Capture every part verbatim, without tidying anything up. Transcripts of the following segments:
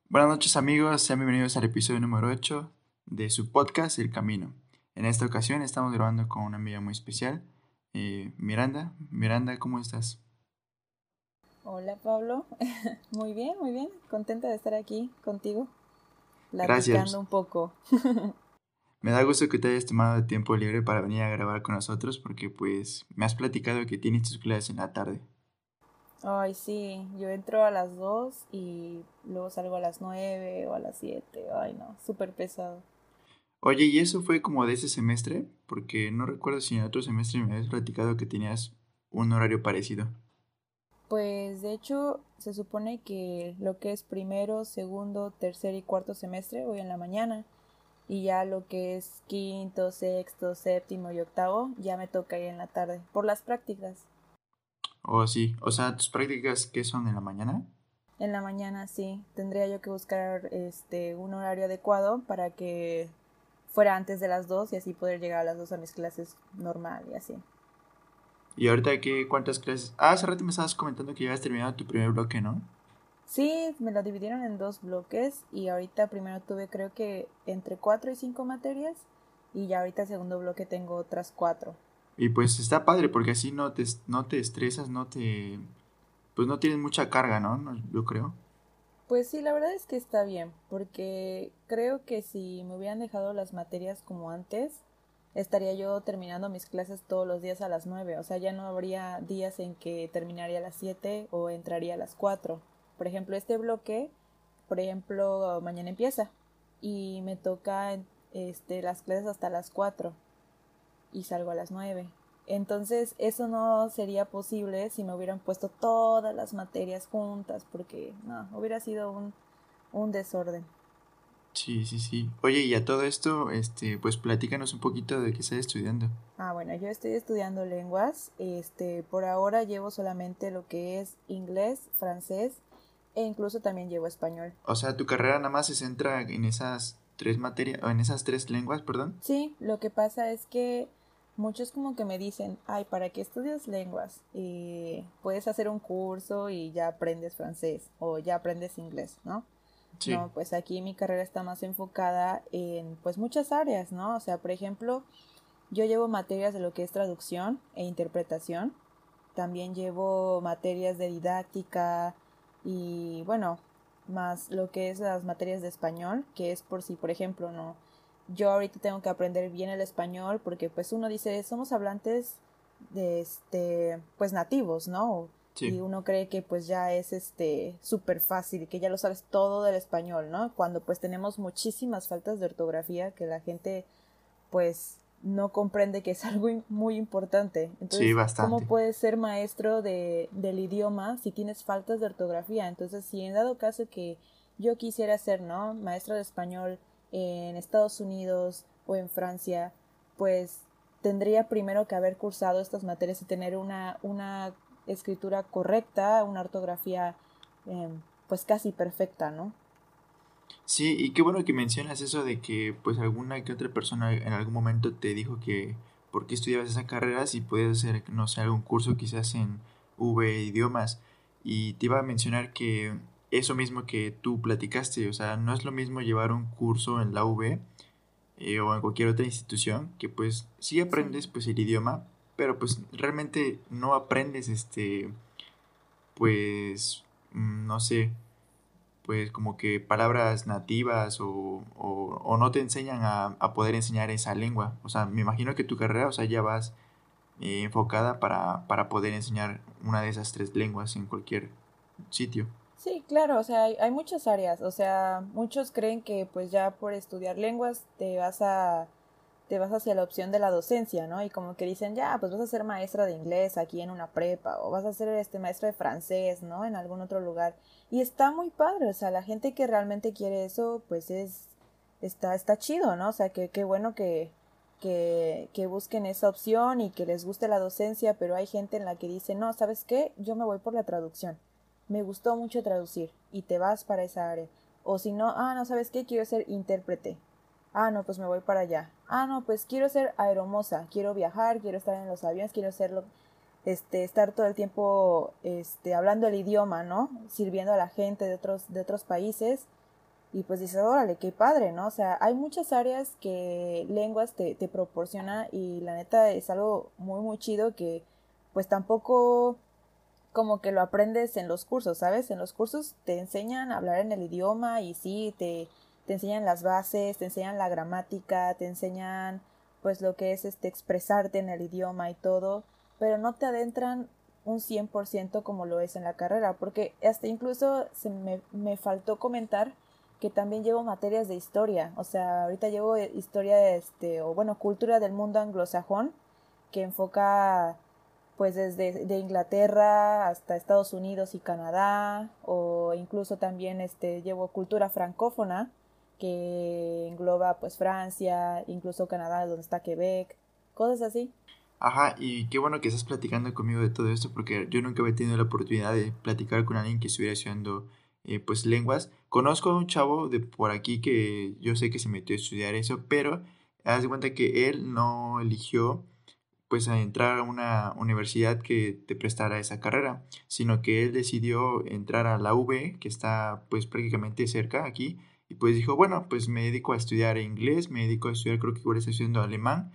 Buenas noches amigos, sean bienvenidos al episodio número ocho de su podcast El Camino. En esta ocasión estamos grabando con una amiga muy especial, eh, Miranda. Miranda, ¿cómo estás? Hola Pablo, muy bien, muy bien, contenta de estar aquí contigo, platicando Gracias. un poco. Me da gusto que te hayas tomado tiempo libre para venir a grabar con nosotros porque pues me has platicado que tienes tus clases en la tarde. Ay, sí, yo entro a las dos y luego salgo a las nueve o a las siete. Ay no, súper pesado. Oye, ¿y eso fue como de ese semestre? Porque no recuerdo si en otro semestre me habías platicado que tenías un horario parecido. Pues de hecho se supone que lo que es primero, segundo, tercer y cuarto semestre voy en la mañana y ya lo que es quinto, sexto, séptimo y octavo ya me toca ir en la tarde por las prácticas. O sí, o sea, ¿tus prácticas qué son en la mañana? En la mañana sí, tendría yo que buscar este un horario adecuado para que fuera antes de las dos y así poder llegar a las dos a mis clases normal y así. Y ahorita, ¿qué, cuántas clases? Ah, hace rato me estabas comentando que ya habías terminado tu primer bloque, ¿no? Sí, me lo dividieron en dos bloques y ahorita primero tuve creo que entre cuatro y cinco materias y ya ahorita segundo bloque tengo otras cuatro. Y pues está padre porque así no te, no te estresas, no te... Pues no tienes mucha carga, ¿no? No, yo creo. Pues sí, la verdad es que está bien, porque creo que si me hubieran dejado las materias como antes, estaría yo terminando mis clases todos los días a las nueve. O sea, ya no habría días en que terminaría a las siete o entraría a las cuatro. Por ejemplo, este bloque, por ejemplo, mañana empieza y me toca este, las clases hasta las cuatro y salgo a las nueve. Entonces eso no sería posible si me hubieran puesto todas las materias juntas, porque no, hubiera sido un, un desorden. Sí, sí, sí. Oye, y a todo esto, este, pues platícanos un poquito de qué estás estudiando. Ah, bueno, yo estoy estudiando lenguas. Este, por ahora llevo solamente lo que es inglés, francés e incluso también llevo español. O sea, tu carrera nada más se centra en esas tres materias, o en esas tres lenguas, perdón. Sí, lo que pasa es que muchos como que me dicen, ay, ¿para qué estudias lenguas? Y puedes hacer un curso y ya aprendes francés o ya aprendes inglés, ¿no? Sí. No, pues aquí mi carrera está más enfocada en pues muchas áreas, ¿no? O sea, por ejemplo, yo llevo materias de lo que es traducción e interpretación. También llevo materias de didáctica y bueno, más lo que es las materias de español, que es por si, por ejemplo, no, yo ahorita tengo que aprender bien el español porque pues uno dice, somos hablantes de este, pues nativos, ¿no? Sí. Y uno cree que pues ya es este súper fácil, que ya lo sabes todo del español, ¿no? Cuando pues tenemos muchísimas faltas de ortografía que la gente pues no comprende que es algo muy importante. Sí, Entonces, ¿cómo bastante. puedes ser maestro de, del idioma si tienes faltas de ortografía? Entonces, si en dado caso que yo quisiera ser, ¿no? Maestro de español en Estados Unidos o en Francia, pues tendría primero que haber cursado estas materias y tener una, una escritura correcta, una ortografía eh, pues casi perfecta, ¿no? Sí, y qué bueno que mencionas eso de que pues alguna que otra persona en algún momento te dijo que por qué estudiabas esa carrera si puedes hacer, no sé, algún curso quizás en V idiomas. Y te iba a mencionar que eso mismo que tú platicaste, o sea, no es lo mismo llevar un curso en la V eh, o en cualquier otra institución, que pues sí aprendes Sí. pues el idioma, pero pues realmente no aprendes este, pues, mm, no sé, pues como que palabras nativas o, o, o no te enseñan a, a, poder enseñar esa lengua. O sea, me imagino que tu carrera, o sea, ya vas eh, enfocada para, para poder enseñar una de esas tres lenguas en cualquier sitio. Sí, claro, o sea, hay, hay muchas áreas, o sea, muchos creen que pues ya por estudiar lenguas te vas a te vas hacia la opción de la docencia, ¿no? Y como que dicen, ya, pues vas a ser maestra de inglés aquí en una prepa o vas a ser este maestra de francés, ¿no? En algún otro lugar. Y está muy padre, o sea, la gente que realmente quiere eso, pues es está está chido, ¿no? O sea, que qué bueno que que, que busquen esa opción y que les guste la docencia, pero hay gente en la que dice, no, ¿sabes qué? Yo me voy por la traducción, me gustó mucho traducir y te vas para esa área. O si no, ah, no, ¿sabes qué? Quiero ser intérprete. Ah, no, pues me voy para allá. Ah, no, pues quiero ser aeromoza, quiero viajar, quiero estar en los aviones, quiero serlo, este, estar todo el tiempo, este, hablando el idioma, ¿no? Sirviendo a la gente de otros, de otros países. y pues dices, órale, qué padre, ¿no? O sea, hay muchas áreas que lenguas te, te proporciona y la neta es algo muy, muy chido que pues tampoco como que lo aprendes en los cursos, ¿sabes? En los cursos te enseñan a hablar en el idioma y sí, te, te enseñan las bases, te enseñan la gramática, te enseñan pues lo que es este expresarte en el idioma y todo, pero no te adentran un cien por ciento como lo es en la carrera, porque hasta incluso se me, me faltó comentar que también llevo materias de historia, o sea, ahorita llevo historia, este, o bueno, cultura del mundo anglosajón, que enfoca pues desde de Inglaterra hasta Estados Unidos y Canadá, o incluso también este llevo cultura francófona que engloba pues Francia, incluso Canadá donde está Quebec, cosas así. Ajá, y qué bueno que estás platicando conmigo de todo esto porque yo nunca había tenido la oportunidad de platicar con alguien que estuviera estudiando eh, pues lenguas. Conozco a un chavo de por aquí que yo sé que se metió a estudiar eso, pero haz de cuenta que él no eligió pues a entrar a una universidad que te prestara esa carrera, sino que él decidió entrar a la U V, que está pues prácticamente cerca aquí, y pues dijo, bueno, pues me dedico a estudiar inglés, me dedico a estudiar, creo que igual estoy estudiando alemán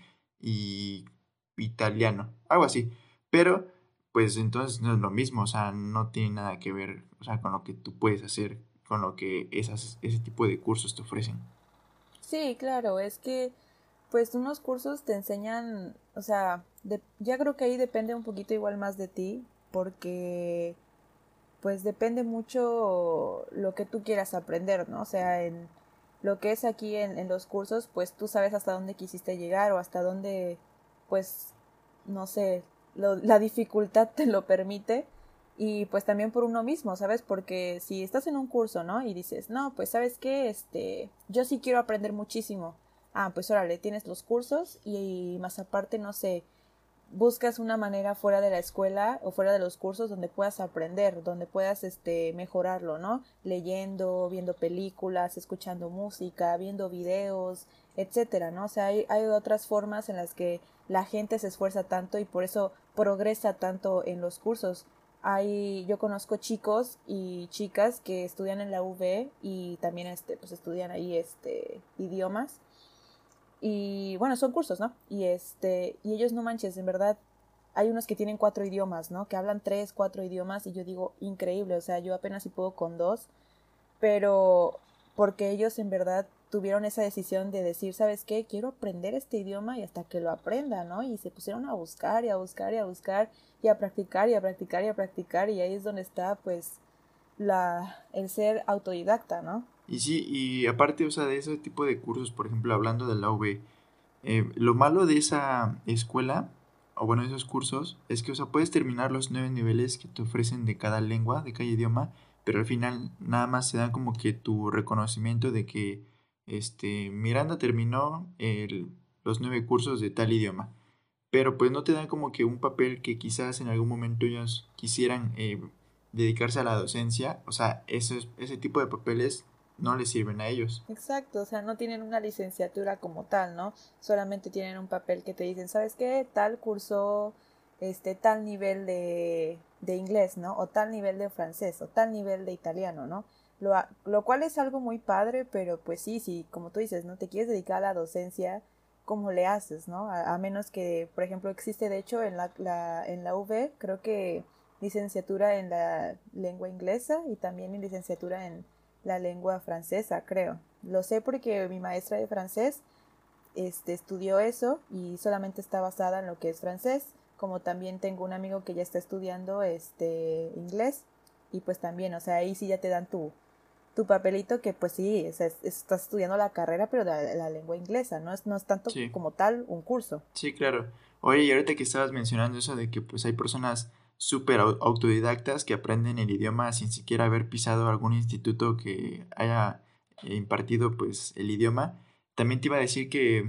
y italiano, algo así, pero pues entonces no es lo mismo, o sea, no tiene nada que ver, o sea, con lo que tú puedes hacer, con lo que esas, ese tipo de cursos te ofrecen. Sí, claro, es que pues unos cursos te enseñan, o sea, de, ya creo que ahí depende un poquito igual más de ti, porque pues depende mucho lo que tú quieras aprender, ¿no? O sea, en lo que es aquí en, en los cursos, pues tú sabes hasta dónde quisiste llegar o hasta dónde, pues, no sé, lo, la dificultad te lo permite y pues también por uno mismo, ¿sabes? Porque si estás en un curso, ¿no? Y dices, no, pues sabes qué, este, yo sí quiero aprender muchísimo. Ah, pues órale, tienes los cursos y más aparte, no sé, buscas una manera fuera de la escuela o fuera de los cursos donde puedas aprender, donde puedas este mejorarlo, ¿no? Leyendo, viendo películas, escuchando música, viendo videos, etcétera, ¿no? O sea, hay, hay otras formas en las que la gente se esfuerza tanto y por eso progresa tanto en los cursos. Hay, yo conozco chicos y chicas que estudian en la U V y también este, pues estudian ahí este idiomas y bueno, son cursos, ¿no? Y este, y ellos no manches, en verdad, hay unos que tienen cuatro idiomas, ¿no? Que hablan tres, cuatro idiomas y yo digo, increíble, o sea, yo apenas si puedo con dos, pero porque ellos en verdad tuvieron esa decisión de decir, ¿sabes qué? Quiero aprender este idioma y hasta que lo aprenda, ¿no? Y se pusieron a buscar y a buscar y a buscar y a practicar y a practicar y a practicar y ahí es donde está, pues, la, el ser autodidacta, ¿no? Y sí, y aparte, o sea, de ese tipo de cursos, por ejemplo, hablando de la U V, eh, lo malo de esa escuela, o bueno, esos cursos, es que, o sea, puedes terminar los nueve niveles que te ofrecen de cada lengua, de cada idioma, pero al final nada más se dan como que tu reconocimiento de que, este, Miranda terminó el- los nueve cursos de tal idioma, pero pues no te dan como que un papel que quizás en algún momento ellos quisieran eh, dedicarse a la docencia, o sea, esos, ese tipo de papeles no les sirven a ellos. Exacto, o sea, no tienen una licenciatura como tal, ¿no? Solamente tienen un papel que te dicen, ¿sabes qué? Tal curso, este, tal nivel de, de inglés, ¿no? O tal nivel de francés, o tal nivel de italiano, ¿no? Lo, a- lo cual es algo muy padre, pero pues sí, sí, como tú dices, ¿no? Te quieres dedicar a la docencia, ¿cómo le haces, ¿no? A, a menos que, por ejemplo, existe de hecho en la, la, en la U V, creo que licenciatura en la lengua inglesa y también en licenciatura en la lengua francesa, creo. Lo sé porque mi maestra de francés este, estudió eso y solamente está basada en lo que es francés, como también tengo un amigo que ya está estudiando este inglés y pues también, o sea, ahí sí ya te dan tu, tu papelito que pues sí, o sea, es- estás estudiando la carrera pero de la, la lengua inglesa, no es, no es tanto Sí. como tal un curso. Sí, claro. Oye, y ahorita que estabas mencionando eso de que pues hay personas súper au- autodidactas que aprenden el idioma sin siquiera haber pisado algún instituto que haya eh, impartido pues el idioma, también te iba a decir que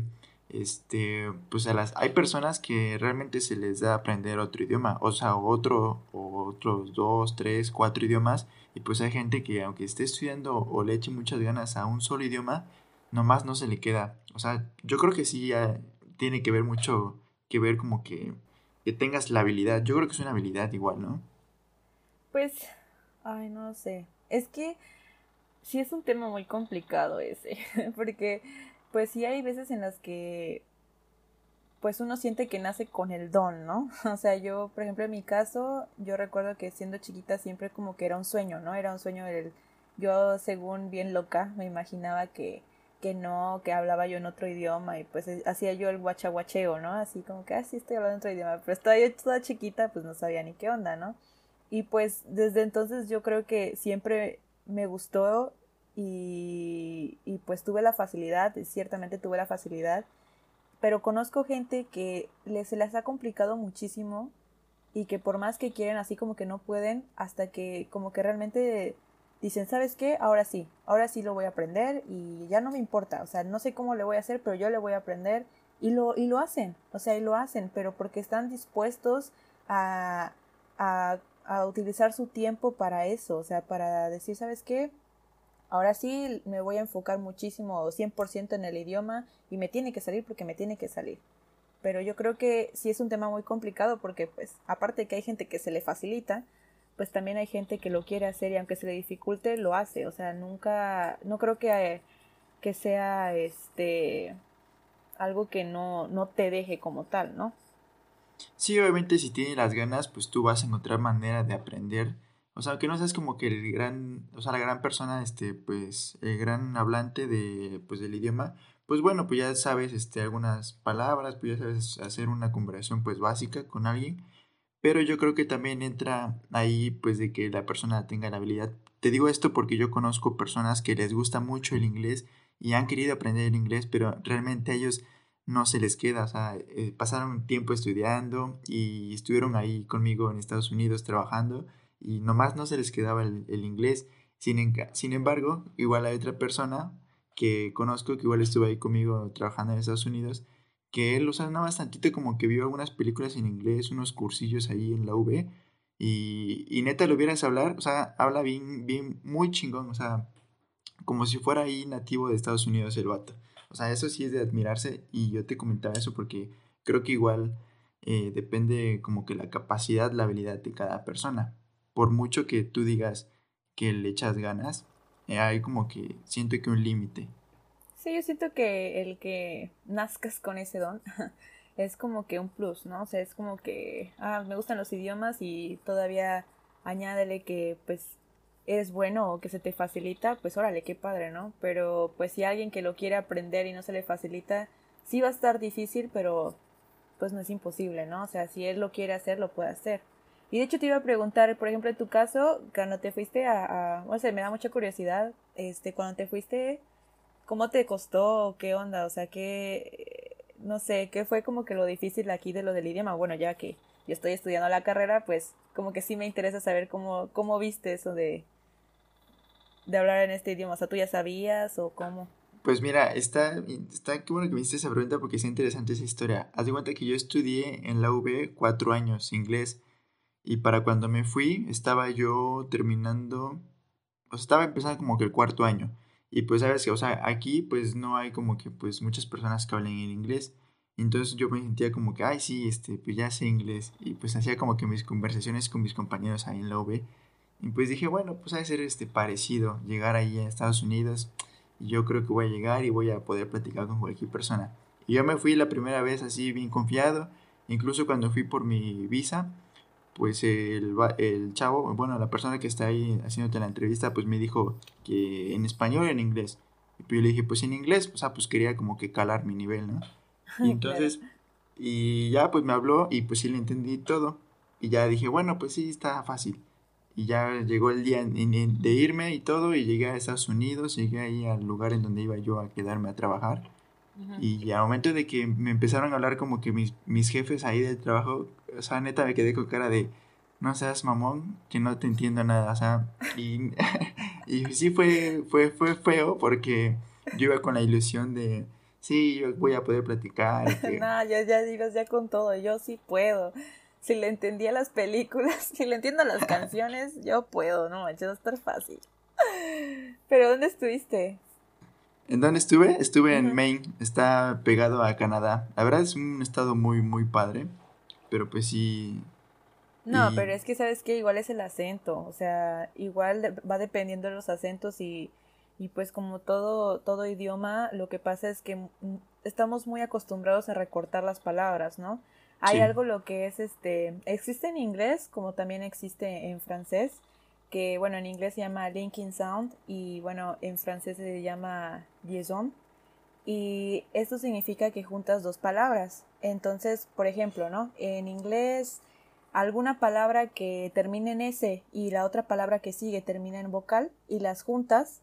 este pues a las hay personas que realmente se les da aprender otro idioma, o sea, otro o otros dos, tres, cuatro idiomas, y pues hay gente que aunque esté estudiando o le eche muchas ganas a un solo idioma, nomás no se le queda. O sea, yo creo que sí, eh, tiene que ver mucho, que ver como que, que tengas la habilidad. Yo creo que es una habilidad igual, ¿no? Pues, ay, no sé. Es que sí es un tema muy complicado ese, porque pues sí hay veces en las que pues uno siente que nace con el don, ¿no? O sea, yo, por ejemplo, en mi caso, yo recuerdo que siendo chiquita siempre como que era un sueño, ¿no? Era un sueño el, yo según bien loca me imaginaba que, que no, que hablaba yo en otro idioma y pues eh, hacía yo el guachaguacheo, ¿no? Así como que, ah, sí estoy hablando en otro idioma, pero estaba yo toda chiquita, pues no sabía ni qué onda, ¿no? Y pues desde entonces yo creo que siempre me gustó y, y pues tuve la facilidad, ciertamente tuve la facilidad, pero conozco gente que les, se les ha complicado muchísimo y que por más que quieren así como que no pueden hasta que como que realmente dicen, ¿sabes qué? Ahora sí, ahora sí lo voy a aprender y ya no me importa, o sea, no sé cómo le voy a hacer, pero yo le voy a aprender y lo, y lo hacen, o sea, y lo hacen, pero porque están dispuestos a, a, a utilizar su tiempo para eso, o sea, para decir, ¿sabes qué? Ahora sí me voy a enfocar muchísimo, cien por ciento en el idioma y me tiene que salir porque me tiene que salir. Pero yo creo que sí es un tema muy complicado porque pues aparte de que hay gente que se le facilita, pues también hay gente que lo quiere hacer y aunque se le dificulte lo hace. O sea, nunca, no creo que, que sea este algo que no, no te deje como tal, ¿no? Sí, obviamente si tienes las ganas, pues tú vas a encontrar manera de aprender. O sea, que no seas como que el gran, o sea, la gran persona, este, pues, el gran hablante de, pues, del idioma. Pues bueno, pues ya sabes, este, algunas palabras, pues ya sabes hacer una conversación, pues, básica con alguien. Pero yo creo que también entra ahí, pues, de que la persona tenga la habilidad. Te digo esto porque yo conozco personas que les gusta mucho el inglés y han querido aprender el inglés, pero realmente a ellos no se les queda. O sea, eh, pasaron tiempo estudiando y estuvieron ahí conmigo en Estados Unidos trabajando y nomás no se les quedaba el, el inglés. Sin, enca- sin embargo, igual hay otra persona que conozco que igual estuvo ahí conmigo trabajando en Estados Unidos que él, o sea, nada más tantito como que vio algunas películas en inglés, unos cursillos ahí en la U V, y, y neta lo vieras hablar, o sea, habla bien, bien, muy chingón, o sea, como si fuera ahí nativo de Estados Unidos el vato. O sea, eso sí es de admirarse, y yo te comentaba eso porque creo que igual eh, depende como que la capacidad, la habilidad de cada persona. Por mucho que tú digas que le echas ganas, eh, hay como que siento que un límite. Sí, yo siento que el que nazcas con ese don es como que un plus, ¿no? O sea, es como que, ah, me gustan los idiomas y todavía añádele que pues eres bueno o que se te facilita, pues órale, qué padre, ¿no? Pero pues si alguien que lo quiere aprender y no se le facilita, sí va a estar difícil, pero pues no es imposible, ¿no? O sea, si él lo quiere hacer, lo puede hacer. Y de hecho te iba a preguntar, por ejemplo, en tu caso, cuando te fuiste a, a o sea, me da mucha curiosidad, este, cuando te fuiste, ¿cómo te costó? ¿Qué onda? O sea, ¿qué, no sé, qué fue como que lo difícil aquí de lo del idioma? Bueno, ya que yo estoy estudiando la carrera, pues como que sí me interesa saber cómo, cómo viste eso de, de hablar en este idioma. O sea, ¿tú ya sabías o cómo? Pues mira, está, está qué bueno que me hiciste esa pregunta porque es interesante esa historia. Haz de cuenta que yo estudié en la U V cuatro años inglés y para cuando me fui estaba yo terminando, o sea, estaba empezando como que el cuarto año. Y pues sabes que, o sea, aquí pues no hay como que pues muchas personas que hablen en inglés. Entonces yo me sentía como que, ay, sí, este, pues ya sé inglés. Y pues hacía como que mis conversaciones con mis compañeros ahí en la U V. Y pues dije, bueno, pues ha de ser este parecido, llegar ahí a Estados Unidos. Y yo creo que voy a llegar y voy a poder platicar con cualquier persona. Y yo me fui la primera vez así bien confiado. Incluso cuando fui por mi visa, pues el, va- el chavo, bueno, la persona que está ahí haciéndote la entrevista, pues me dijo que en español o en inglés. Y pues yo le dije, pues en inglés, o sea, pues quería como que calar mi nivel, ¿no? Y Claro. entonces, y ya pues me habló y pues sí le entendí todo. Y ya dije, bueno, pues sí, está fácil. Y ya llegó el día en- en- de irme y todo, y llegué a Estados Unidos, llegué ahí al lugar en donde iba yo a quedarme a trabajar. Ujú. Y al momento de que me empezaron a hablar como que mis, mis jefes ahí del trabajo, o sea, neta me quedé con cara de, no seas mamón, que no te entiendo nada, o sea, y, y sí fue, fue, fue feo porque yo iba con la ilusión de, sí, yo voy a poder platicar y que, No, ya, ya ibas ya con todo, yo sí puedo. Si le entendía las películas, si le entiendo las canciones, yo puedo, no manches, va a estar fácil. ¿Pero dónde estuviste? ¿en dónde estuve? Estuve en Ujú. Maine, está pegado a Canadá, la verdad es un estado muy, muy padre, pero pues sí, No, y pero es que sabes que igual es el acento, o sea, igual de- va dependiendo de los acentos y, Y pues como todo, todo idioma, lo que pasa es que mm, estamos muy acostumbrados a recortar las palabras, ¿no? Hay Sí, algo lo que es este, existe en inglés como también existe en francés, que bueno, en inglés se llama linking sound y bueno, en francés se llama liaison. Y esto significa que juntas dos palabras. Entonces, por ejemplo, ¿no? En inglés, alguna palabra que termine en S y la otra palabra que sigue termina en vocal y las juntas,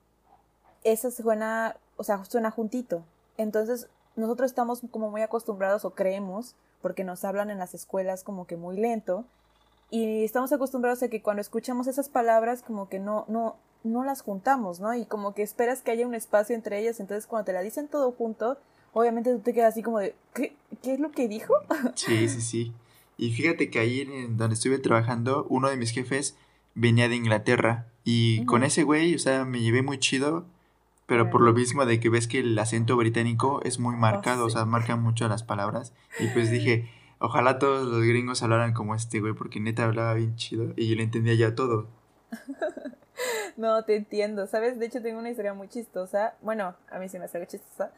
esa suena, o sea, suena juntito. Entonces, nosotros estamos como muy acostumbrados o creemos, porque nos hablan en las escuelas como que muy lento, y estamos acostumbrados a que cuando escuchamos esas palabras como que no, no, no las juntamos, ¿no? Y como que esperas que haya un espacio entre ellas, entonces cuando te la dicen todo junto, obviamente tú te quedas así como de, ¿qué, ¿qué es lo que dijo? sí, sí, sí. Y fíjate que ahí en donde estuve trabajando, uno de mis jefes venía de Inglaterra y con Ujú. ese güey, o sea, me llevé muy chido, pero por lo Órale. mismo de que ves que el acento británico es muy Oh, marcado, o sí. sea, marca mucho las palabras y pues dije, ojalá todos los gringos hablaran como este güey porque neta hablaba bien chido y yo le entendía ya todo. No, te entiendo, ¿sabes? De hecho, tengo una historia muy chistosa. Bueno, a mí se me hace algo chistosa.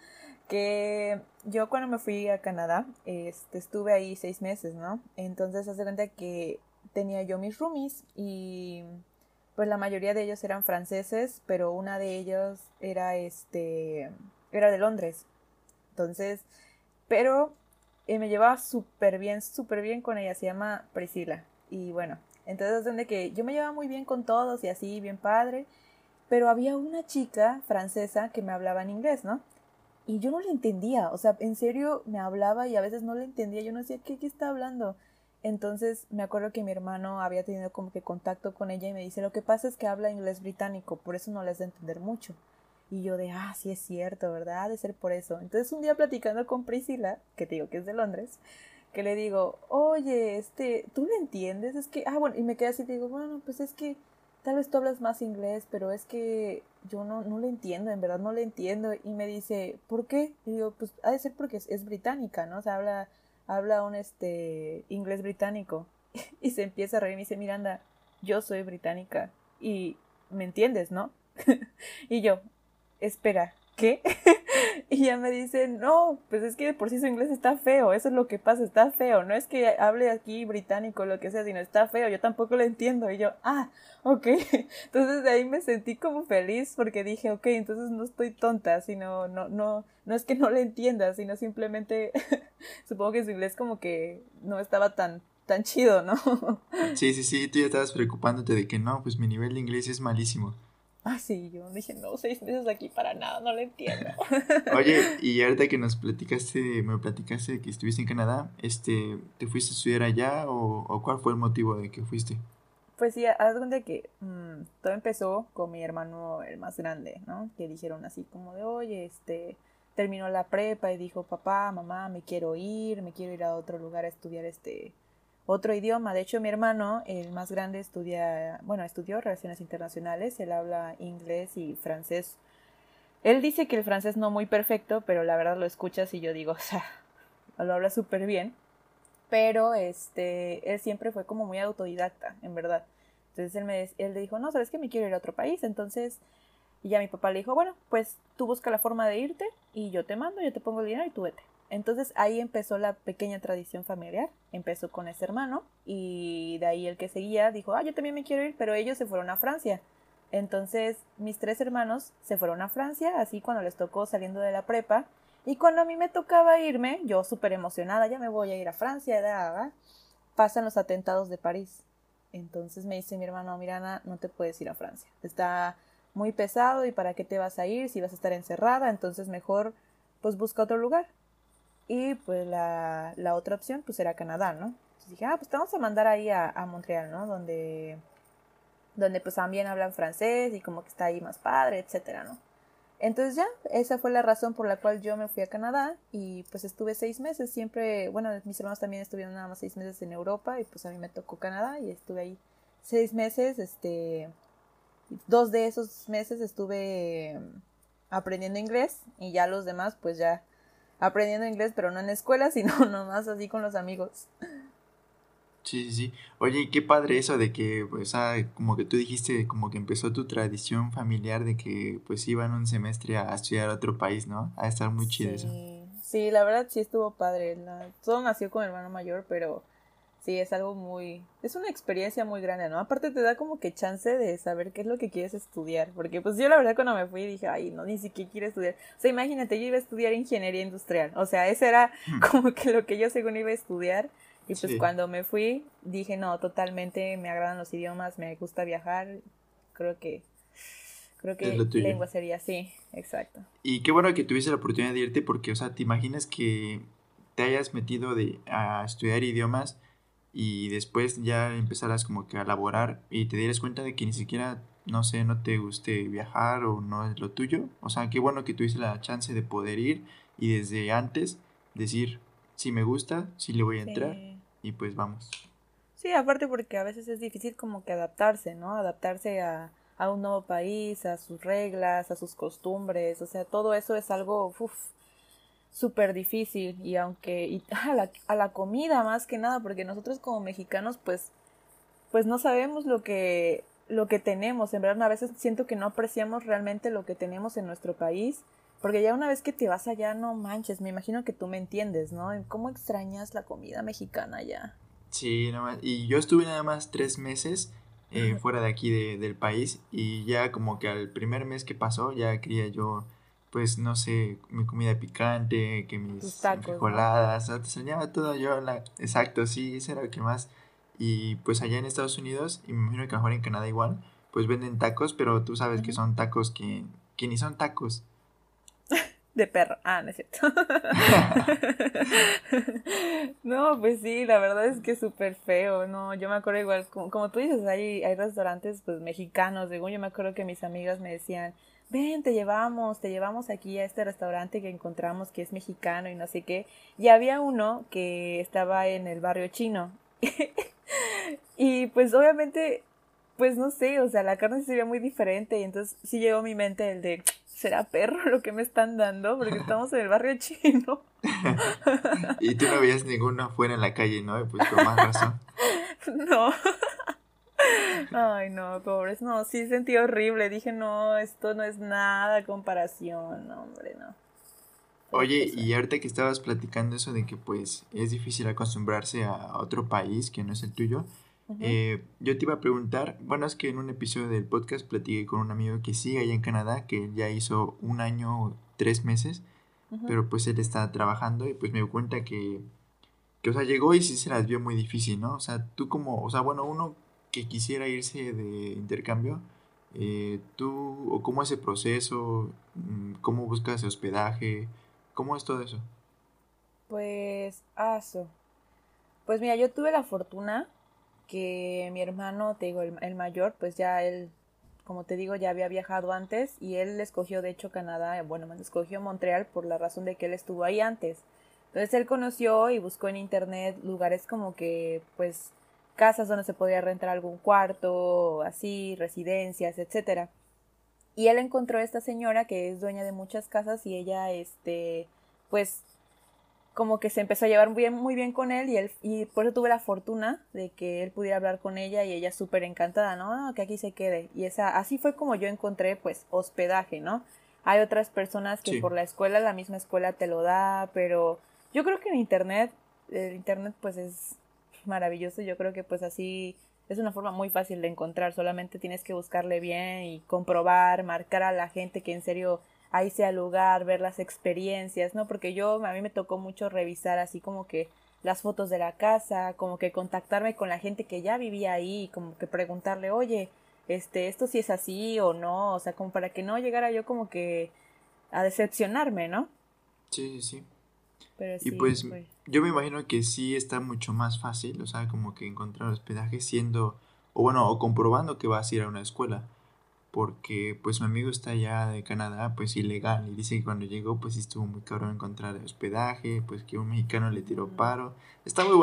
Que yo cuando me fui a Canadá, este, estuve ahí seis meses, ¿no? Entonces, hace cuenta que tenía yo mis roomies y pues la mayoría de ellos eran franceses, pero una de ellos era, este, era de Londres. Entonces, pero eh, me llevaba súper bien, súper bien con ella. Se llama Priscila. Y bueno, entonces donde que yo me llevaba muy bien con todos y así, bien padre. Pero había una chica francesa que me hablaba en inglés, ¿no? Y yo no le entendía, o sea, en serio me hablaba y a veces no le entendía, yo no decía, ¿qué, qué está hablando? Entonces me acuerdo que mi hermano había tenido como que contacto con ella y me dice, lo que pasa es que habla inglés británico, por eso no les da a entender mucho. Y yo de, ah, sí es cierto, ¿verdad? Ha de ser por eso. Entonces un día platicando con Priscila, que te digo que es de Londres, que le digo, oye, este, ¿tú le entiendes? Es que, ah, bueno, y me quedé así y digo, bueno, pues es que tal vez tú hablas más inglés, pero es que yo no, no le entiendo, en verdad no le entiendo. Y me dice, ¿por qué? Y digo, pues ha de ser porque es, es británica, ¿no? O sea, habla, habla un este inglés británico. Y se empieza a reír y me dice, Miranda, yo soy británica. Y me entiendes, ¿no? Y yo, espera, ¿qué? Y ya me dice, no, pues es que de por sí su inglés está feo, eso es lo que pasa, está feo, no es que hable aquí británico o lo que sea, sino está feo, yo tampoco lo entiendo. Y yo, ah, ok. Entonces de ahí me sentí como feliz porque dije, ok, entonces no estoy tonta, sino, no, no, no es que no le entienda, sino simplemente supongo que su inglés como que no estaba tan, tan chido, ¿no? Sí, sí, sí, tú ya estabas preocupándote de que no, pues mi nivel de inglés es malísimo. Ah, sí, yo dije, no, seis meses aquí para nada, no lo entiendo. Oye, y ahorita que nos platicaste, me platicaste de que estuviste en Canadá, este, ¿te fuiste a estudiar allá o, o cuál fue el motivo de que fuiste? Pues sí, haz de cuenta que mmm, todo empezó con mi hermano, el más grande, ¿no? Que dijeron así como de, oye, este, terminó la prepa y dijo, papá, mamá, me quiero ir, me quiero ir a otro lugar a estudiar este otro idioma. De hecho, mi hermano, el más grande, estudia, bueno, estudió relaciones internacionales, él habla inglés y francés. Él dice que el francés no muy perfecto, pero la verdad lo escuchas y yo digo, o sea, lo habla súper bien, pero este, él siempre fue como muy autodidacta, en verdad. Entonces él, me, él le dijo, no, sabes que me quiero ir a otro país. Entonces, y ya mi papá le dijo, bueno, pues tú busca la forma de irte y yo te mando, yo te pongo el dinero y tú vete. Entonces ahí empezó la pequeña tradición familiar, empezó con ese hermano y de ahí el que seguía dijo, ah, yo también me quiero ir, pero ellos se fueron a Francia. Entonces mis tres hermanos se fueron a Francia, así cuando les tocó saliendo de la prepa, y cuando a mí me tocaba irme, yo súper emocionada, ya me voy a ir a Francia, ¿verdad? Pasan los atentados de París. Entonces me dice mi hermano, Mirana, no te puedes ir a Francia. Está muy pesado y para qué te vas a ir si vas a estar encerrada, entonces mejor pues busca otro lugar. Y pues la, la otra opción pues era Canadá, ¿no? Entonces dije, ah, pues te vamos a mandar ahí a, a Montreal, ¿no? Donde, donde pues también hablan francés y como que está ahí más padre, etcétera, ¿no? Entonces ya, esa fue la razón por la cual yo me fui a Canadá y pues estuve seis meses, siempre, bueno, mis hermanos también estuvieron nada más seis meses en Europa y pues a mí me tocó Canadá y estuve ahí seis meses, este, dos de esos meses estuve aprendiendo inglés y ya los demás pues ya aprendiendo inglés, pero no en escuela, sino nomás así con los amigos. Sí, sí, sí. Oye, y qué padre eso de que, pues, ah, como que tú dijiste, como que empezó tu tradición familiar de que, pues, iban un semestre a estudiar a otro país, ¿no? A estar muy chido eso. Sí, sí, la verdad sí estuvo padre. La- Todo nació con mi hermano mayor, pero sí, es algo muy... Es una experiencia muy grande, ¿no? Aparte te da como que chance de saber qué es lo que quieres estudiar. Porque pues yo la verdad cuando me fui dije, ay, no, ni siquiera quiero estudiar. O sea, imagínate, yo iba a estudiar ingeniería industrial. O sea, ese era como que lo que yo según iba a estudiar. Y pues Sí, cuando me fui dije, no, totalmente me agradan los idiomas, me gusta viajar. Creo que, creo es que lo tuyo. lengua sería así, exacto. Y qué bueno que tuviste la oportunidad de irte porque, o sea, te imaginas que te hayas metido de, a estudiar idiomas y después ya empezaras como que a laborar y te dieras cuenta de que ni siquiera, no sé, no te guste viajar o no es lo tuyo. O sea, qué bueno que tuviste la chance de poder ir y desde antes decir, si me gusta, si le voy a entrar Sí. y pues vamos. Sí, aparte porque a veces es difícil como que adaptarse, ¿no? Adaptarse a, a un nuevo país, a sus reglas, a sus costumbres, o sea, todo eso es algo, uf, súper difícil y aunque, y a la, a la comida más que nada, porque nosotros como mexicanos pues, pues no sabemos lo que, lo que tenemos, en verdad a veces siento que no apreciamos realmente lo que tenemos en nuestro país, porque ya una vez que te vas allá, no manches, me imagino que tú me entiendes, ¿no? ¿Cómo extrañas la comida mexicana ya? Sí, nada más. Y yo estuve nada más tres meses eh, fuera de aquí de- del país y ya como que al primer mes que pasó ya quería yo, pues no sé, mi comida picante, que Tus mis tacos, ¿no? frijoladas, o sea, te extrañaba todo yo, la... exacto, sí, eso era lo que más. Y pues allá en Estados Unidos, y me imagino que a lo mejor en Canadá igual, pues venden tacos, pero tú sabes que Ujú. son tacos que, que ni son tacos. De perro. Ah, no es cierto. No, pues sí, la verdad es que es súper feo, ¿no? Yo me acuerdo igual, como, como tú dices, hay, hay restaurantes pues mexicanos, según yo me acuerdo que mis amigas me decían, ven, te llevamos, te llevamos aquí a este restaurante que encontramos que es mexicano y no sé qué. Y había uno que estaba en el barrio chino. Y pues obviamente, pues no sé, o sea, la carne se veía muy diferente y entonces sí llegó a mi mente el de, ¿será perro lo que me están dando? Porque estamos en el barrio chino. Y tú no veías ninguno afuera en la calle, ¿no? Y pues con más razón. No. Ay, no, pobres. No, sí sentí horrible. Dije, no, esto no es nada a comparación. No, hombre, no. Fue, Oye, fue y sueño. ahorita que estabas platicando eso de que pues es difícil acostumbrarse a otro país que no es el tuyo, Ujú, eh, yo te iba a preguntar, bueno, es que en un episodio del podcast platiqué con un amigo que sigue allá en Canadá, que ya hizo un año o tres meses, ujú. pero pues él está trabajando y pues me dio cuenta que, que, o sea, llegó y sí se las vio muy difícil, ¿no? O sea, tú como, o sea, bueno, uno que quisiera irse de intercambio, eh, tú, o cómo es el proceso, mm, cómo buscas hospedaje, cómo es todo eso. Pues, aso. Pues mira, yo tuve la fortuna que mi hermano, te digo, el, el mayor, pues ya él, como te digo, ya había viajado antes y él escogió de hecho Canadá, bueno, me escogió Montreal por la razón de que él estuvo ahí antes. Entonces él conoció y buscó en internet lugares como que, pues, casas donde se podía rentar algún cuarto, así, residencias, etcétera. Y él encontró a esta señora que es dueña de muchas casas y ella, este, pues como que se empezó a llevar muy bien, muy bien con él y él y por eso tuve la fortuna de que él pudiera hablar con ella y ella súper encantada, ¿no? "Ah, que aquí se quede". Y esa, así fue como yo encontré pues hospedaje, ¿no? Hay otras personas que Sí, por la escuela, la misma escuela te lo da, pero yo creo que en internet, el internet pues es maravilloso, yo creo que pues así es una forma muy fácil de encontrar, solamente tienes que buscarle bien y comprobar, marcar a la gente que en serio ahí sea el lugar, ver las experiencias, ¿no? Porque yo, a mí me tocó mucho revisar así como que las fotos de la casa, como que contactarme con la gente que ya vivía ahí, como que preguntarle, oye, este, esto sí es así o no, o sea, como para que no llegara yo como que a decepcionarme, ¿no? sí, sí, sí. Pero Y sí, pues pues, yo me imagino que sí está mucho más fácil, o sea, como que encontrar hospedaje siendo, o bueno, o comprobando que vas a ir a una escuela, porque pues mi amigo está allá de Canadá, pues ilegal, y dice que cuando llegó pues sí estuvo muy cabrón encontrar hospedaje, pues que un mexicano le tiró ujú. paro, está muy bueno,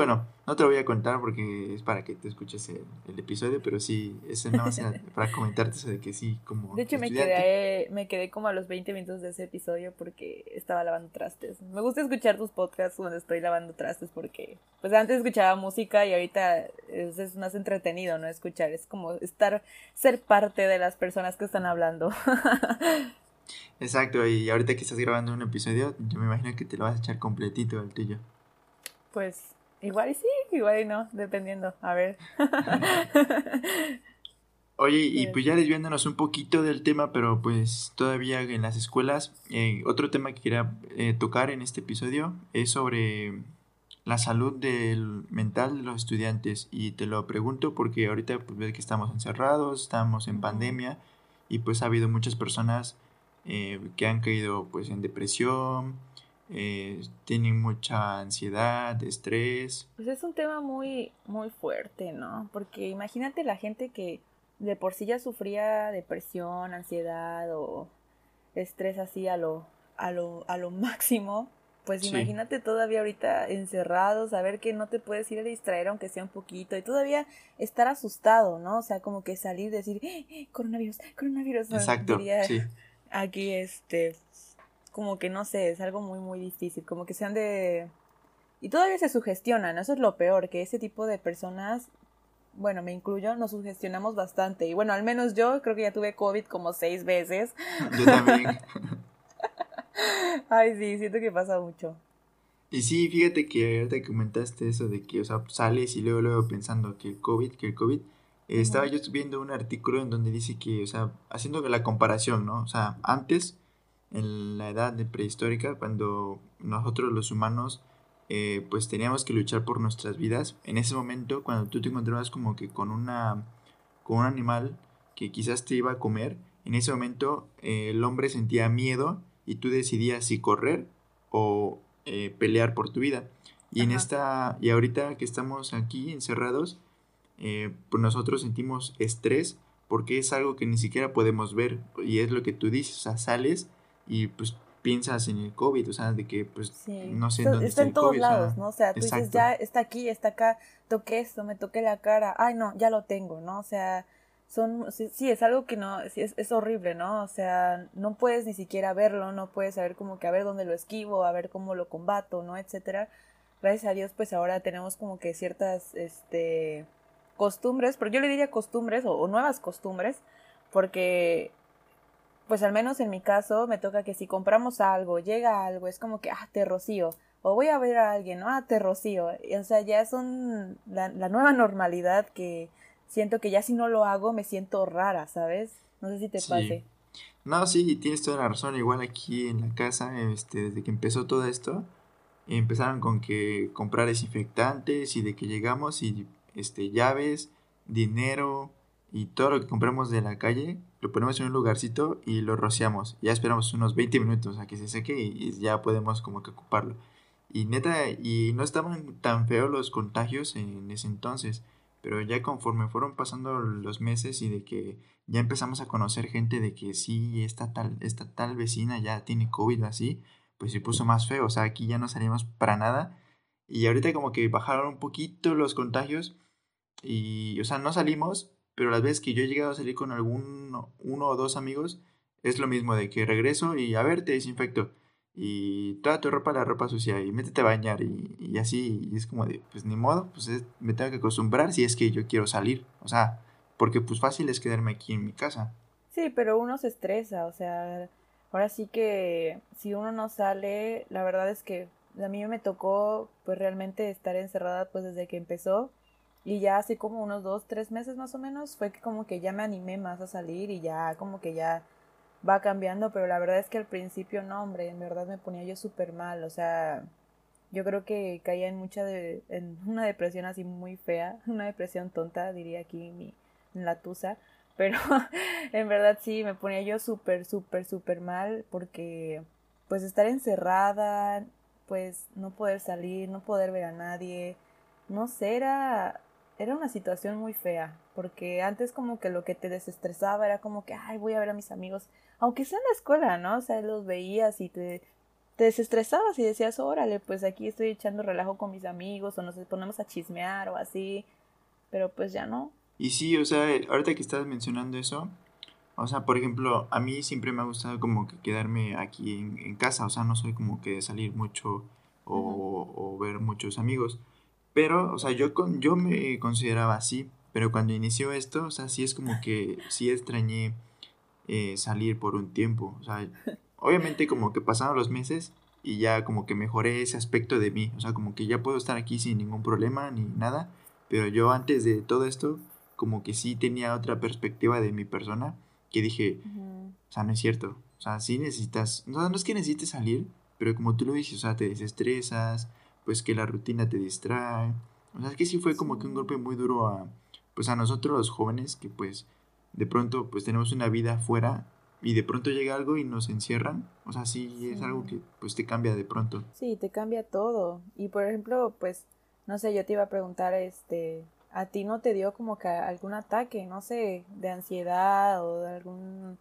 No te lo voy a contar porque es para que te escuches el, el episodio, pero sí, es nada más era para comentarte eso de que sí, como De hecho, me estudiante. quedé, me quedé como a los veinte minutos de ese episodio porque estaba lavando trastes. Me gusta escuchar tus podcasts cuando estoy lavando trastes porque, pues antes escuchaba música y ahorita es, es más entretenido, ¿no? Escuchar, es como estar, ser parte de las personas que están hablando. Exacto, y ahorita que estás grabando un episodio, yo me imagino que te lo vas a echar completito el tuyo. Pues igual y sí, igual y no, dependiendo. A ver. Oye, y Pero pues ya desviándonos un poquito del tema, pero pues todavía en las escuelas, eh, otro tema que quería eh, tocar en este episodio es sobre la salud del mental de los estudiantes. Y te lo pregunto porque ahorita pues ves que estamos encerrados, estamos en ujú. pandemia y pues ha habido muchas personas eh, que han caído pues en depresión, eh, tienen mucha ansiedad, estrés. Pues es un tema muy, muy fuerte, ¿no? Porque imagínate la gente que de por sí ya sufría depresión, ansiedad o estrés así a lo, a lo, a lo máximo. Pues Sí, imagínate todavía ahorita encerrado, saber que no te puedes ir a distraer aunque sea un poquito y todavía estar asustado, ¿no? O sea, como que salir y decir, ¡eh, coronavirus, coronavirus! No, exacto, diría sí. aquí, este, como que no sé, es algo muy, muy difícil, como que sean de... Y todavía se sugestionan, eso es lo peor, que ese tipo de personas, bueno, me incluyo, nos sugestionamos bastante. Y bueno, al menos yo creo que ya tuve COVID como seis veces. Yo también. Ay, sí, siento que pasa mucho. Y sí, fíjate que ahorita que comentaste eso de que, o sea, sales y luego, luego pensando que el COVID, que el COVID, eh, estaba Ujú, yo viendo un artículo en donde dice que, o sea, haciendo la comparación, ¿no? O sea, antes, en la edad de prehistórica, cuando nosotros los humanos, eh, pues teníamos que luchar por nuestras vidas, en ese momento, cuando tú te encontrabas como que con una, con un animal que quizás te iba a comer, en ese momento eh, el hombre sentía miedo y tú decidías si correr o eh, pelear por tu vida. Y en ajá. esta, y ahorita que estamos aquí encerrados, eh, pues nosotros sentimos estrés porque es algo que ni siquiera podemos ver. Y es lo que tú dices, o sea, sales y pues piensas en el COVID, o sea, de que pues Sí, no sé en está, dónde está está en el todos COVID, o lados, sea, ¿no? O sea, tú dices, exacto, ya está aquí, está acá, toqué esto, me toqué la cara, ay, no, ya lo tengo, ¿no? O sea, son, sí, sí, es algo que no, sí, es, es horrible, ¿no? O sea, no puedes ni siquiera verlo, no puedes saber como que a ver dónde lo esquivo, a ver cómo lo combato, ¿no? Etcétera. Gracias a Dios, pues ahora tenemos como que ciertas, este, costumbres, porque yo le diría costumbres o, o nuevas costumbres, porque pues al menos en mi caso me toca que si compramos algo, llega algo, es como que, ah, te rocío. O voy a ver a alguien, ¿no? Ah, te rocío. Y, o sea, ya son la, la nueva normalidad que siento que ya si no lo hago me siento rara, ¿sabes? No sé si te sí. pase. No, sí, tienes toda la razón. Igual aquí en la casa, este, desde que empezó todo esto, empezaron con que comprar desinfectantes y de que llegamos y este, llaves, dinero y todo lo que compramos de la calle, lo ponemos en un lugarcito y lo rociamos. Ya esperamos unos veinte minutos a que se seque y, y ya podemos como que ocuparlo. Y neta, y no estaban tan feos los contagios en ese entonces, pero ya conforme fueron pasando los meses y de que ya empezamos a conocer gente de que sí, esta tal, esta tal vecina ya tiene COVID o así, pues se puso más feo, o sea, aquí ya no salimos para nada y ahorita como que bajaron un poquito los contagios y, o sea, no salimos, pero las veces que yo he llegado a salir con algún uno o dos amigos, es lo mismo de que regreso y a ver, te desinfecto y toda tu ropa la ropa sucia y métete a bañar y, y así, y es como de, pues ni modo, pues es- me tengo que acostumbrar si es que yo quiero salir, o sea, porque pues fácil es quedarme aquí en mi casa. Sí, pero uno se estresa, o sea, ahora sí que si uno no sale, la verdad es que a mí me tocó pues realmente estar encerrada pues desde que empezó y ya hace como unos dos, tres meses más o menos fue que como que ya me animé más a salir y ya como que ya va cambiando, pero la verdad es que al principio no, hombre, en verdad me ponía yo súper mal, o sea, yo creo que caía en mucha de, en una depresión así muy fea, una depresión tonta, diría aquí mi, en la tusa, pero en verdad sí, me ponía yo súper, súper, súper mal porque pues estar encerrada, pues no poder salir, no poder ver a nadie, no sé, era, era una situación muy fea, porque antes como que lo que te desestresaba era como que, ay, voy a ver a mis amigos, aunque sea en la escuela, ¿no? O sea, los veías y te te desestresabas y decías, órale, pues aquí estoy echando relajo con mis amigos o nos ponemos a chismear o así, pero pues ya no. Y sí, o sea, ahorita que estás mencionando eso, o sea, por ejemplo, a mí siempre me ha gustado como que quedarme aquí en, en casa, o sea, no soy como que de salir mucho Ujú. o, o ver muchos amigos, pero, o sea, yo, con, yo me consideraba así, pero cuando inició esto, o sea, sí es como que sí extrañé eh, salir por un tiempo, o sea, obviamente como que pasaron los meses y ya como que mejoré ese aspecto de mí, o sea, como que ya puedo estar aquí sin ningún problema ni nada, pero yo antes de todo esto, como que sí tenía otra perspectiva de mi persona, que dije, Ujú. o sea, no es cierto. O sea, sí necesitas, no, no es que necesites salir, pero como tú lo dices, o sea, te desestresas, pues que la rutina te distrae. O sea, es que sí fue como que un golpe Sí. muy duro a, pues a nosotros los jóvenes, que pues de pronto pues tenemos una vida afuera y de pronto llega algo y nos encierran. O sea, sí es algo Sí. que pues te cambia de pronto. Sí, te cambia todo. Y por ejemplo, pues, no sé, yo te iba a preguntar, este, ¿a ti no te dio como que algún ataque, no sé, de ansiedad o de algún,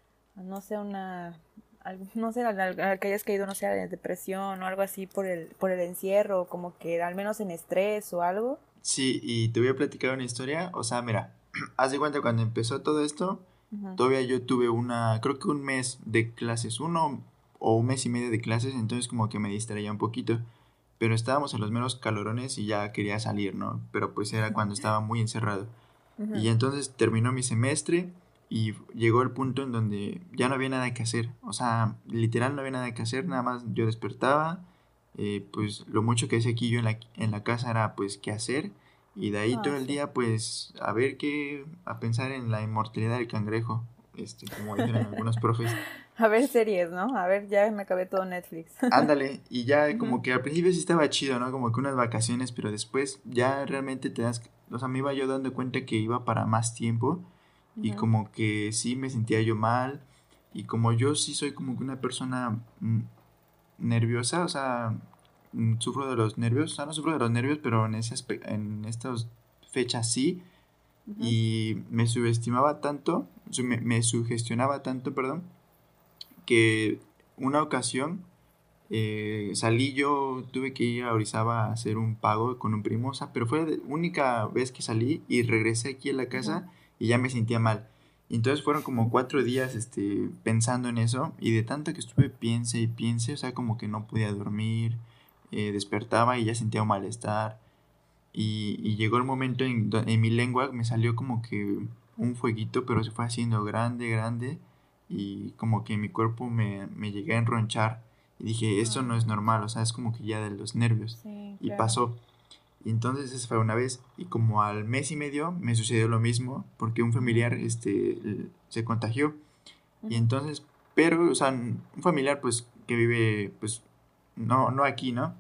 no sé, una, algún- no sé, al, al- al que hayas caído, no sé, de depresión o algo así por el, por el encierro, como que al menos en estrés o algo? Sí, y te voy a platicar una historia. O sea, mira, haz de cuenta cuando empezó todo esto, Ujú. todavía yo tuve una, creo que un mes de clases, uno o un mes y medio de clases, entonces como que me distraía un poquito. Pero estábamos en los meros calorones y ya quería salir, ¿no? Pero pues era cuando estaba muy encerrado. Y Ujú. entonces terminó mi semestre y llegó el punto en donde ya no había nada que hacer. O sea, literal no había nada que hacer, nada más yo despertaba, eh, pues lo mucho que hacía aquí yo en la, en la casa era pues qué hacer. Y de ahí Ah, todo el sí. día pues a ver qué, a pensar en la inmortalidad del cangrejo, este, como dijeron algunos profes. A ver series, ¿no? A ver, ya me acabé todo Netflix. Ándale, y ya Ujú. como que al principio sí estaba chido, ¿no? Como que unas vacaciones, pero después ya realmente te das, o sea, me iba yo dando cuenta que iba para más tiempo y Ujú. como que sí me sentía yo mal y como yo sí soy como que una persona mm, nerviosa, o sea, mm, sufro de los nervios, o sea, no sufro de los nervios, pero en ese aspe- en estas fechas sí, Ujú. y me subestimaba tanto, su- me, me sugestionaba tanto, perdón, que una ocasión eh, salí yo, tuve que ir a Orizaba a hacer un pago con un primo, o sea, pero fue la única vez que salí y regresé aquí a la Ujú. casa y ya me sentía mal. Y entonces fueron como cuatro días este, pensando en eso y de tanto que estuve piense y piense, o sea, como que no podía dormir, eh, despertaba y ya sentía un malestar. Y, y llegó el momento en, do- en mi lengua me salió como que un fueguito, pero se fue haciendo grande, grande y como que mi cuerpo me, me llegué a enronchar y dije, esto Ay, no es no. normal, o sea, es como que ya de los nervios. Sí, Y claro. pasó. Y entonces esa fue una vez y como al mes y medio me sucedió lo mismo porque un familiar Mm. este, l- se contagió. Y Ujú. entonces, pero, o sea, un familiar pues que vive pues no, no aquí, ¿no?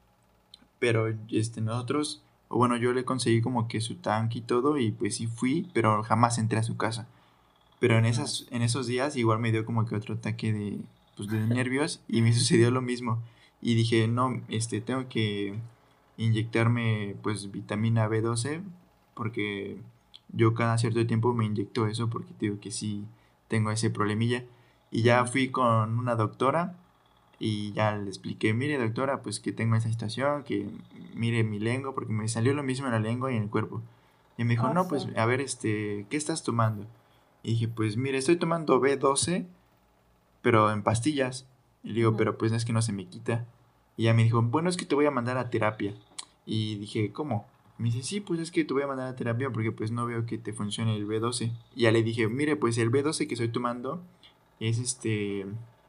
Pero este, nosotros, o bueno, yo le conseguí como que su tanque y todo, y pues sí fui, pero jamás entré a su casa. Pero en, Ah, esas, en esos días igual me dio como que otro ataque de, pues, de nervios y me sucedió lo mismo. Y dije, no, este, tengo que inyectarme pues vitamina B doce porque yo cada cierto tiempo me inyecto eso porque digo que sí tengo ese problemilla. Y ya ujú. fui con una doctora y ya le expliqué, mire doctora, pues que tengo esa situación, que mire mi lengua, porque me salió lo mismo en la lengua y en el cuerpo. Y me dijo, Ah, no, sí. pues a ver, este, ¿qué estás tomando? Y dije, pues mire, estoy tomando B doce, pero en pastillas. Y le digo, Ujú. pero pues es que no se me quita. Y ella me dijo, bueno, es que te voy a mandar a terapia. Y dije, ¿cómo? Me dice, sí, pues es que te voy a mandar a terapia porque pues no veo que te funcione el B doce. Y ya le dije, mire, pues el B doce que estoy tomando es este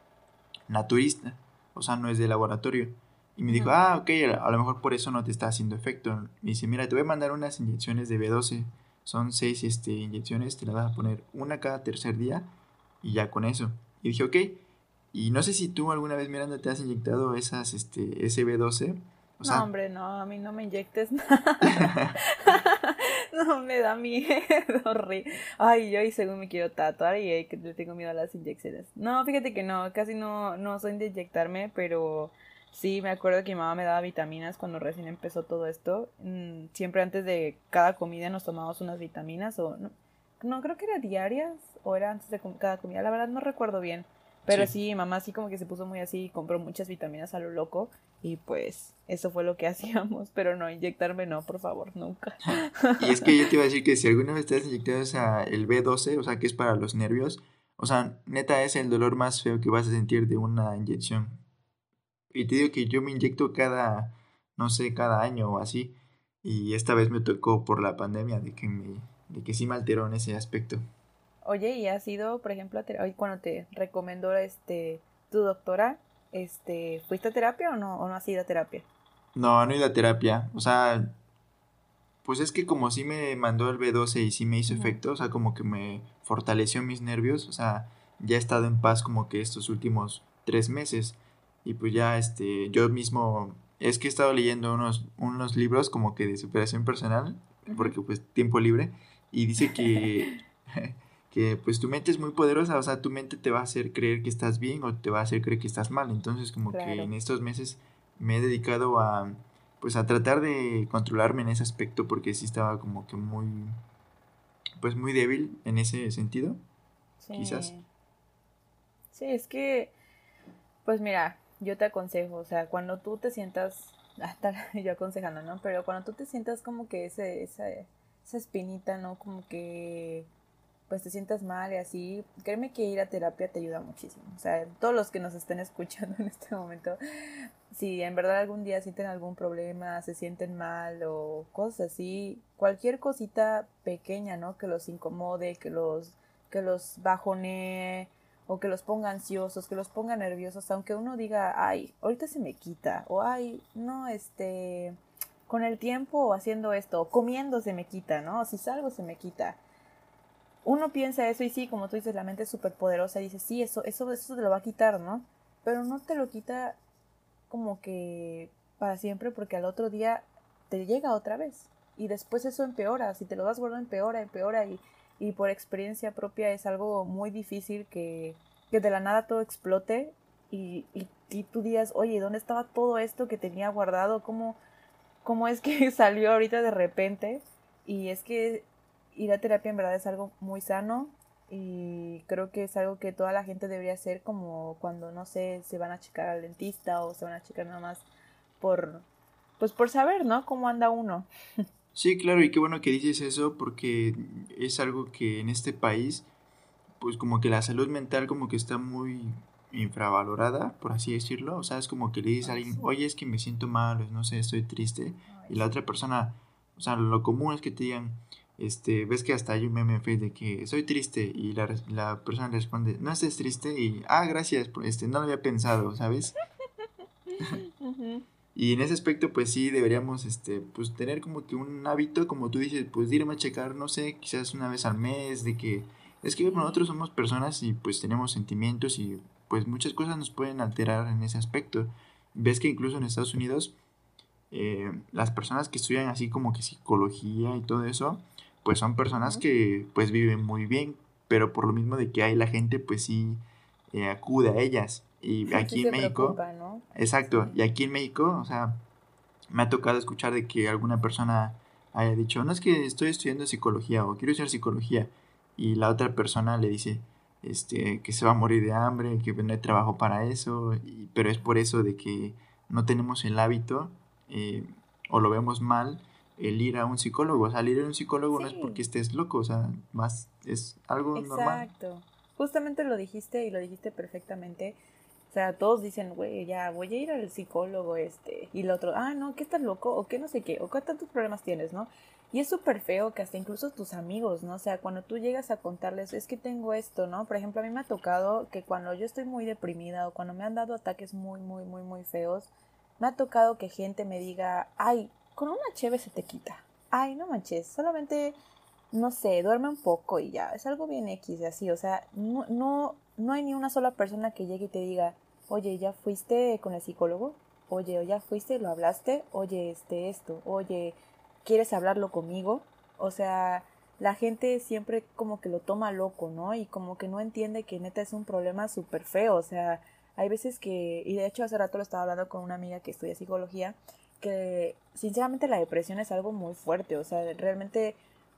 naturista, o sea, no es de laboratorio. Y me dijo, Ujú. ah, ok, a a lo mejor por eso no te está haciendo efecto. Me dice, mira, te voy a mandar unas inyecciones de B doce. Son seis este, inyecciones, te las vas a poner una cada tercer día y ya con eso. Y dije, ok. Y no sé si tú alguna vez, Miranda, te has inyectado esas, este, ese B doce. O No, sea, hombre, no, a mí no me inyectes nada. No, me da miedo, horrible. Ay, yo y según me quiero tatuar y eh, que le tengo miedo a las inyecciones. No, fíjate que no, casi no, no soy de inyectarme, pero sí me acuerdo que mi mamá me daba vitaminas cuando recién empezó todo esto. Mm, siempre antes de cada comida nos tomábamos unas vitaminas o no, no creo que era diarias o era antes de com- cada comida, la verdad no recuerdo bien. Pero Sí. sí, mi mamá sí como que se puso muy así, compró muchas vitaminas a lo loco y pues eso fue lo que hacíamos, pero no, inyectarme no, por favor, nunca. Y es que yo te iba a decir que si alguna vez te has inyectado esa, el B doce, o sea, que es para los nervios, o sea, neta es el dolor más feo que vas a sentir de una inyección. Y te digo que yo me inyecto cada, no sé, cada año o así. Y esta vez me tocó por la pandemia de que me, de que sí me alteró en ese aspecto. Oye, ¿y has ido, por ejemplo, a terapia? Hoy cuando te recomendó este tu doctora, este, ¿fuiste a terapia o no, o no has ido a terapia? No, no he ido a terapia. O sea, pues es que como sí me mandó el B doce y sí me hizo Ujú. efecto, o sea, como que me fortaleció mis nervios, o sea, ya he estado en paz como que estos últimos tres meses. Y pues ya, este, yo mismo, es que he estado leyendo unos, unos libros como que de superación personal, Ujú. porque pues tiempo libre, y dice que, que pues tu mente es muy poderosa, o sea, tu mente te va a hacer creer que estás bien o te va a hacer creer que estás mal. Entonces como que Claro. en estos meses me he dedicado a pues a tratar de controlarme en ese aspecto porque sí estaba como que muy, pues muy débil en ese sentido, quizás. Sí. Sí, es que, pues mira, yo te aconsejo, o sea, cuando tú te sientas, hasta yo aconsejando, ¿no? Pero cuando tú te sientas como que ese, esa, esa espinita, ¿no? Como que pues te sientas mal y así, créeme que ir a terapia te ayuda muchísimo. O sea, todos los que nos estén escuchando en este momento, si en verdad algún día sienten algún problema, se sienten mal o cosas así, cualquier cosita pequeña, ¿no? Que los incomode, que los, que los bajonee o que los ponga ansiosos, que los ponga nerviosos, aunque uno diga, ay, ahorita se me quita, o ay, no, este, con el tiempo haciendo esto, o comiendo se me quita, ¿no? O si salgo se me quita. Uno piensa eso y sí, como tú dices, la mente es súper poderosa y dice, sí, eso, eso, eso te lo va a quitar, ¿no? Pero no te lo quita como que para siempre porque al otro día te llega otra vez. Y después eso empeora, si te lo das guardando empeora, empeora y, y por experiencia propia es algo muy difícil que, que de la nada todo explote y, y, y tú digas, oye, ¿dónde estaba todo esto que tenía guardado? ¿Cómo, cómo es que salió ahorita de repente? Y es que ir a terapia en verdad es algo muy sano y creo que es algo que toda la gente debería hacer como cuando, no sé, se van a checar al dentista o se van a checar nada más por, pues por saber, ¿no? Cómo anda uno. Sí, claro, y qué bueno que dices eso porque es algo que en este país, pues como que la salud mental como que está muy infravalorada, por así decirlo. O sea, es como que le dices a Ay, alguien, sí. oye, es que me siento mal, o no sé, estoy triste, Ay, y la sí. otra persona, o sea, lo común es que te digan, este, ves que hasta hay un meme en Facebook de que soy triste, y la, res- la persona le responde, no estés triste, y, ah, gracias, pues, este, no lo había pensado, ¿sabes? Ujú. Y en ese aspecto, pues sí, deberíamos, este, pues tener como que un hábito, como tú dices, pues de irme a checar, no sé, quizás una vez al mes, de que, es que Sí. nosotros somos personas y pues tenemos sentimientos y pues muchas cosas nos pueden alterar en ese aspecto. Ves que incluso en Estados Unidos, eh, las personas que estudian así como que psicología y todo eso, pues son personas Ujú. que pues viven muy bien, pero por lo mismo de que hay la gente, pues sí eh, acude a ellas. Y Sí aquí en se México, preocupa, ¿no? exacto, Sí. y aquí en México, o sea, me ha tocado escuchar de que alguna persona haya dicho, no es que estoy estudiando psicología o quiero estudiar psicología, y la otra persona le dice este, que se va a morir de hambre, que no hay trabajo para eso, y- pero es por eso de que no tenemos el hábito eh, o lo vemos mal el ir a un psicólogo. O sea, el ir a un psicólogo no es porque Sí. estés loco, o sea, más es algo normal. Exacto. Justamente lo dijiste y lo dijiste perfectamente. O sea, todos dicen, güey, ya voy a ir al psicólogo este. Y el otro, ah, no, ¿qué estás loco? O qué no sé qué, o qué tantos problemas tienes, ¿no? Y es súper feo que hasta incluso tus amigos, ¿no? O sea, cuando tú llegas a contarles, es que tengo esto, ¿no? Por ejemplo, a mí me ha tocado que cuando yo estoy muy deprimida o cuando me han dado ataques muy, muy, muy, muy feos, me ha tocado que gente me diga, ay, con una cheve se te quita. Ay, no manches, solamente no sé, duerme un poco y ya, es algo bien X y así, o sea, no, no, no hay ni una sola persona que llegue y te diga, oye, ¿ya fuiste con el psicólogo? Oye, ¿ya fuiste, lo hablaste? Oye, este, esto, oye, ¿quieres hablarlo conmigo? O sea, la gente siempre como que lo toma loco, ¿no? Y como que no entiende que neta es un problema súper feo, o sea, hay veces que, y de hecho hace rato lo estaba hablando con una amiga que estudia psicología, que sinceramente la depresión es algo muy fuerte, o sea, realmente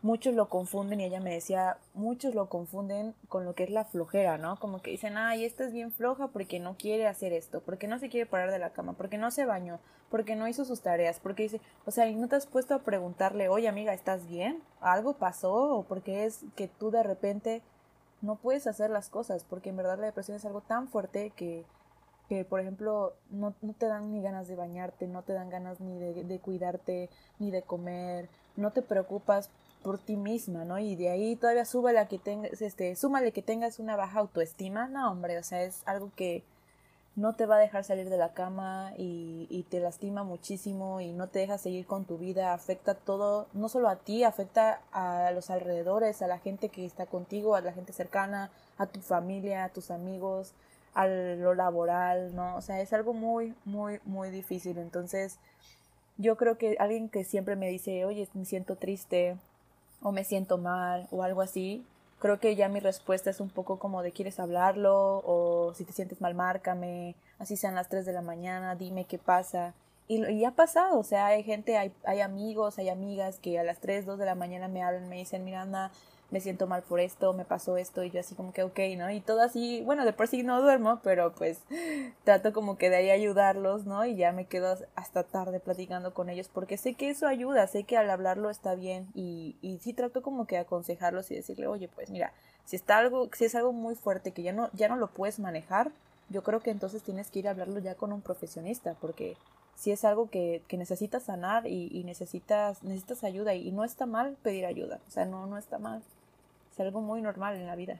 muchos lo confunden, y ella me decía, muchos lo confunden con lo que es la flojera, ¿no? Como que dicen, ay, esta es bien floja porque no quiere hacer esto, porque no se quiere parar de la cama, porque no se bañó, porque no hizo sus tareas, porque dice, o sea, ¿y no te has puesto a preguntarle, oye amiga, ¿estás bien? ¿Algo pasó? ¿O porque es que tú de repente no puedes hacer las cosas? Porque en verdad la depresión es algo tan fuerte que que por ejemplo no, no te dan ni ganas de bañarte, no te dan ganas ni de, de cuidarte, ni de comer, no te preocupas por ti misma, ¿no? Y de ahí todavía súbale a que tengas, este, súmale que tengas una baja autoestima, no hombre, o sea, es algo que no te va a dejar salir de la cama y, y te lastima muchísimo y no te deja seguir con tu vida, afecta todo, no solo a ti, afecta a los alrededores, a la gente que está contigo, a la gente cercana, a tu familia, a tus amigos, a lo laboral, ¿no? O sea, es algo muy, muy, muy difícil. Entonces, yo creo que alguien que siempre me dice, oye, me siento triste, o me siento mal, o algo así, creo que ya mi respuesta es un poco como de quieres hablarlo, o si te sientes mal, márcame, así sean las tres de la mañana, dime qué pasa. Y, y ha pasado, o sea, hay gente, hay, hay amigos, hay amigas que a las tres dos de la mañana me hablan, me dicen, Miranda, me siento mal por esto, me pasó esto, y yo así como que ok, ¿no? Y todo así, bueno, de por sí no duermo, pero pues trato como que de ahí ayudarlos, ¿no? Y ya me quedo hasta tarde platicando con ellos porque sé que eso ayuda, sé que al hablarlo está bien y, y sí trato como que aconsejarlos y decirle, oye, pues mira, si está algo, si es algo muy fuerte que ya no, ya no lo puedes manejar, yo creo que entonces tienes que ir a hablarlo ya con un profesionista porque si es algo que, que necesitas sanar y, y necesitas, necesitas ayuda y, y no está mal pedir ayuda, o sea, no, no está mal. Es algo muy normal en la vida.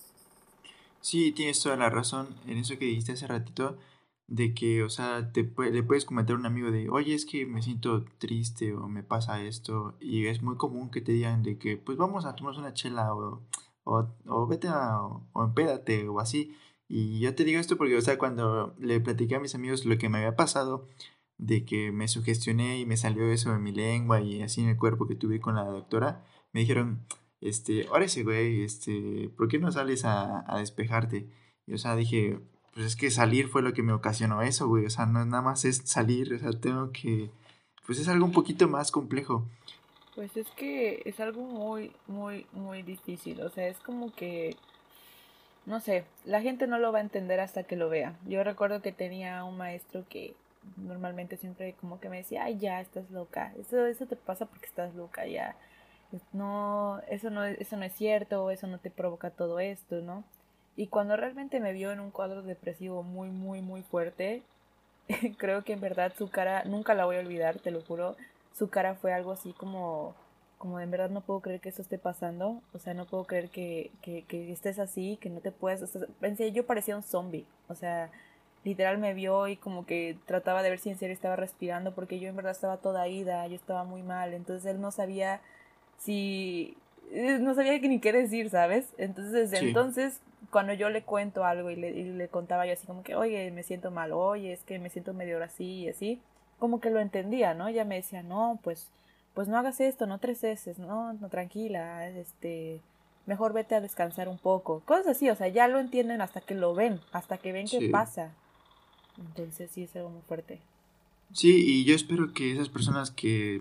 Sí, tienes toda la razón en eso que dijiste hace ratito, de que, o sea, te pue- le puedes comentar a un amigo de, oye, es que me siento triste o me pasa esto, y es muy común que te digan de que, pues vamos a tomarnos una chela o, o, o vete a, o empédate o así. Y yo te digo esto porque, o sea, cuando le platiqué a mis amigos lo que me había pasado, de que me sugestioné y me salió eso en mi lengua y así en el cuerpo que tuve con la doctora, me dijeron, este, ahora ese güey, este, ¿por qué no sales a, a despejarte? Y, o sea, dije, pues es que salir fue lo que me ocasionó eso, güey, o sea, no nada más es salir, o sea, tengo que, pues es algo un poquito más complejo. Pues es que es algo muy, muy, muy difícil. O sea, es como que, no sé, la gente no lo va a entender hasta que lo vea. Yo recuerdo que tenía un maestro que normalmente siempre como que me decía, ay, ya, estás loca. Eso, eso te pasa porque estás loca, ya. No, eso no, es- eso no es cierto, eso no te provoca todo esto, ¿no? Y cuando realmente me vio en un cuadro depresivo muy, muy, muy fuerte, creo que en verdad su cara, nunca la voy a olvidar, te lo juro, su cara fue algo así como, como de en verdad no puedo creer que esto esté pasando, o sea, no puedo creer que, que, que estés así, que no te puedes, o sea, pensé, yo parecía un zombie, o sea, literal me vio y como que trataba de ver si en serio estaba respirando, porque yo en verdad estaba toda ida, yo estaba muy mal, entonces él no sabía si, eh, no sabía ni qué decir, ¿sabes? Entonces desde Sí, entonces cuando yo le cuento algo y le, y le contaba yo así como que, oye, me siento mal, oye, es que me siento medio así y así, como que lo entendía, ¿no? Ella me decía, no, pues, pues no hagas esto, no tres veces, no, no, tranquila, este, mejor vete a descansar un poco, cosas así, o sea, ya lo entienden hasta que lo ven, hasta que ven qué sí. pasa. Entonces sí es algo muy fuerte. Sí, y yo espero que esas personas que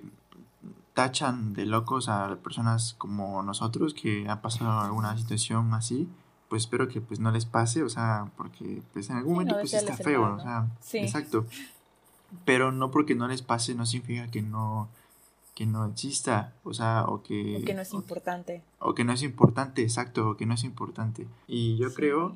tachan de locos a personas como nosotros que han pasado alguna situación así, pues espero que pues no les pase, o sea, porque pues en algún Sí, no momento pues sí está desearles el feo, mal, o ¿no? sea, Sí. exacto, pero no porque no les pase no significa que no que no exista, o sea, o O que que no es o, importante. o que no es importante, exacto, o que no es importante. Y yo creo Sí.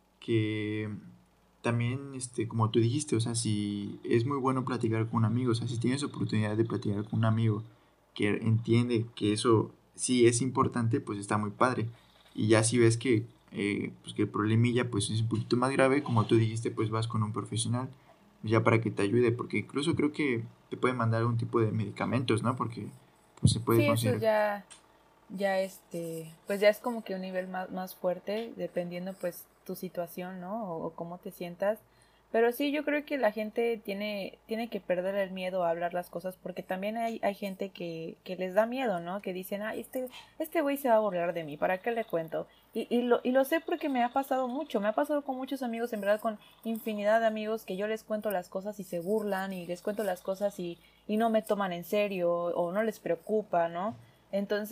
que también, este, como tú dijiste, o sea, si es muy bueno platicar con un amigo, o sea, si tienes oportunidad de platicar con un amigo que entiende que eso sí es importante, pues está muy padre. Y ya si ves que, eh, pues que el problemilla pues es un poquito más grave, como tú dijiste, pues vas con un profesional ya para que te ayude, porque incluso creo que te puede mandar algún tipo de medicamentos, ¿no? Porque pues se puede Sí, eso considerar. ya, ya este, pues ya es como que un nivel más, más fuerte, dependiendo pues tu situación, ¿no? O, o cómo te sientas. Pero sí, yo creo que la gente tiene, tiene que perder el miedo a hablar las cosas, porque también hay, hay gente que, que les da miedo, ¿no? Que dicen, ah, este, este güey se va a burlar de mí, ¿para qué le cuento? Y, y lo, y lo sé porque me ha pasado mucho, me ha pasado con muchos amigos, en verdad, con infinidad de amigos que yo les cuento las cosas y se burlan, y les cuento las cosas y, y no me toman en serio, o no les preocupa, ¿no? Entonces,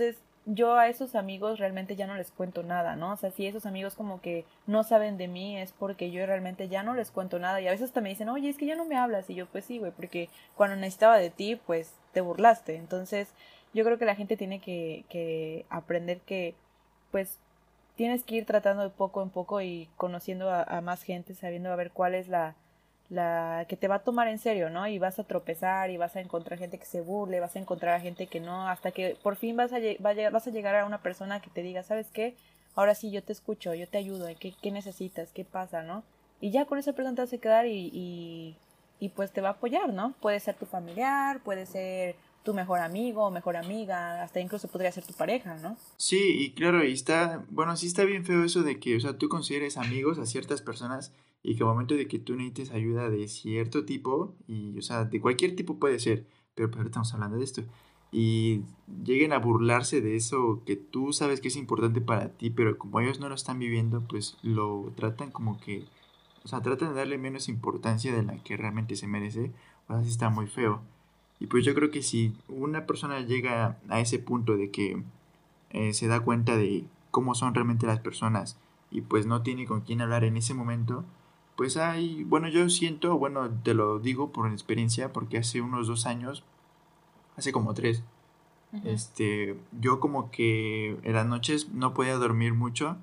yo a esos amigos realmente ya no les cuento nada, ¿no? O sea, si esos amigos como que no saben de mí es porque yo realmente ya no les cuento nada y a veces hasta me dicen, oye, es que ya no me hablas y yo pues sí, güey, porque cuando necesitaba de ti pues te burlaste. Entonces yo creo que la gente tiene que, que aprender que pues tienes que ir tratando de poco en poco y conociendo a, a más gente, sabiendo a ver cuál es la, la que te va a tomar en serio, ¿no? Y vas a tropezar y vas a encontrar gente que se burle, vas a encontrar a gente que no, hasta que por fin vas a, va a llegar, vas a llegar a una persona que te diga, ¿sabes qué? Ahora sí, yo te escucho, yo te ayudo, ¿qué, qué necesitas? ¿Qué pasa, no? Y ya con esa persona te vas a quedar y, y, y pues te va a apoyar, ¿no? Puede ser tu familiar, puede ser tu mejor amigo o mejor amiga, hasta incluso podría ser tu pareja, ¿no? Sí, y claro, y está, bueno, sí está bien feo eso de que, o sea, tú consideres amigos a ciertas personas y que al momento de que tú necesites ayuda de cierto tipo, y, o sea, de cualquier tipo puede ser, pero pues ahora estamos hablando de esto, y lleguen a burlarse de eso que tú sabes que es importante para ti, pero como ellos no lo están viviendo, pues lo tratan como que, o sea, tratan de darle menos importancia de la que realmente se merece, o sea, sí está muy feo. Y pues yo creo que si una persona llega a ese punto de que eh, se da cuenta de cómo son realmente las personas y pues no tiene con quién hablar en ese momento, pues hay, bueno, yo siento, bueno, te lo digo por experiencia, porque hace unos dos años, hace como tres, Uh-huh. este, yo como que en las noches no podía dormir mucho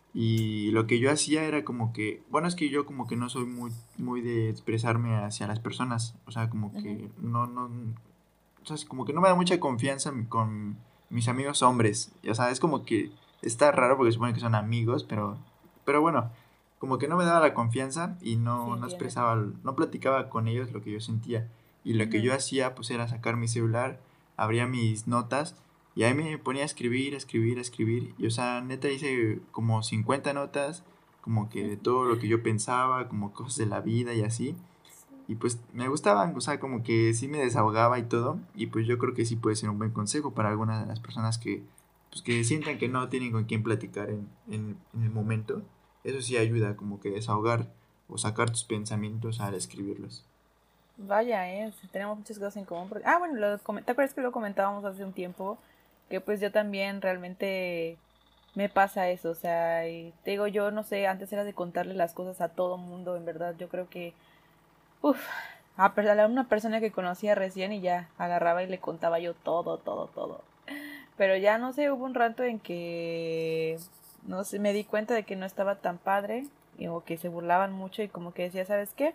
y lo que yo hacía era como que, bueno, es que yo como que no soy muy, muy de expresarme hacia las personas, o sea, como Uh-huh. que no, no, o sea, es como que no me da mucha confianza con mis amigos hombres. O sea, es como que está raro porque supone que son amigos, pero, pero bueno, como que no me daba la confianza y Sí, no, no entiendo. expresaba, no platicaba con ellos lo que yo sentía. Y lo que Uh-huh. yo hacía, pues era sacar mi celular, abría mis notas y ahí me ponía a escribir, a escribir, a escribir. Y o sea, neta hice como cincuenta notas, como que de todo lo que yo pensaba, como cosas de la vida y así. Y pues me gustaban, o sea, como que sí me desahogaba y todo. Y pues yo creo que sí puede ser un buen consejo para algunas de las personas que, pues que sientan que no tienen con quién platicar en, en, en el momento. Eso sí ayuda como que desahogar o sacar tus pensamientos al escribirlos. Vaya, eh, sí, tenemos muchas cosas en común. Porque... Ah, bueno, lo, com- ¿te acuerdas que lo comentábamos hace un tiempo? Que pues yo también realmente me pasa eso, o sea, y te digo, yo no sé, antes era de contarle las cosas a todo mundo, en verdad, yo creo que, uff, a, per- a una persona que conocía recién y ya agarraba y le contaba yo todo, todo, todo. Pero ya no sé, hubo un rato en que, no sé, me di cuenta de que no estaba tan padre, y- o que se burlaban mucho y como que decía, ¿sabes qué?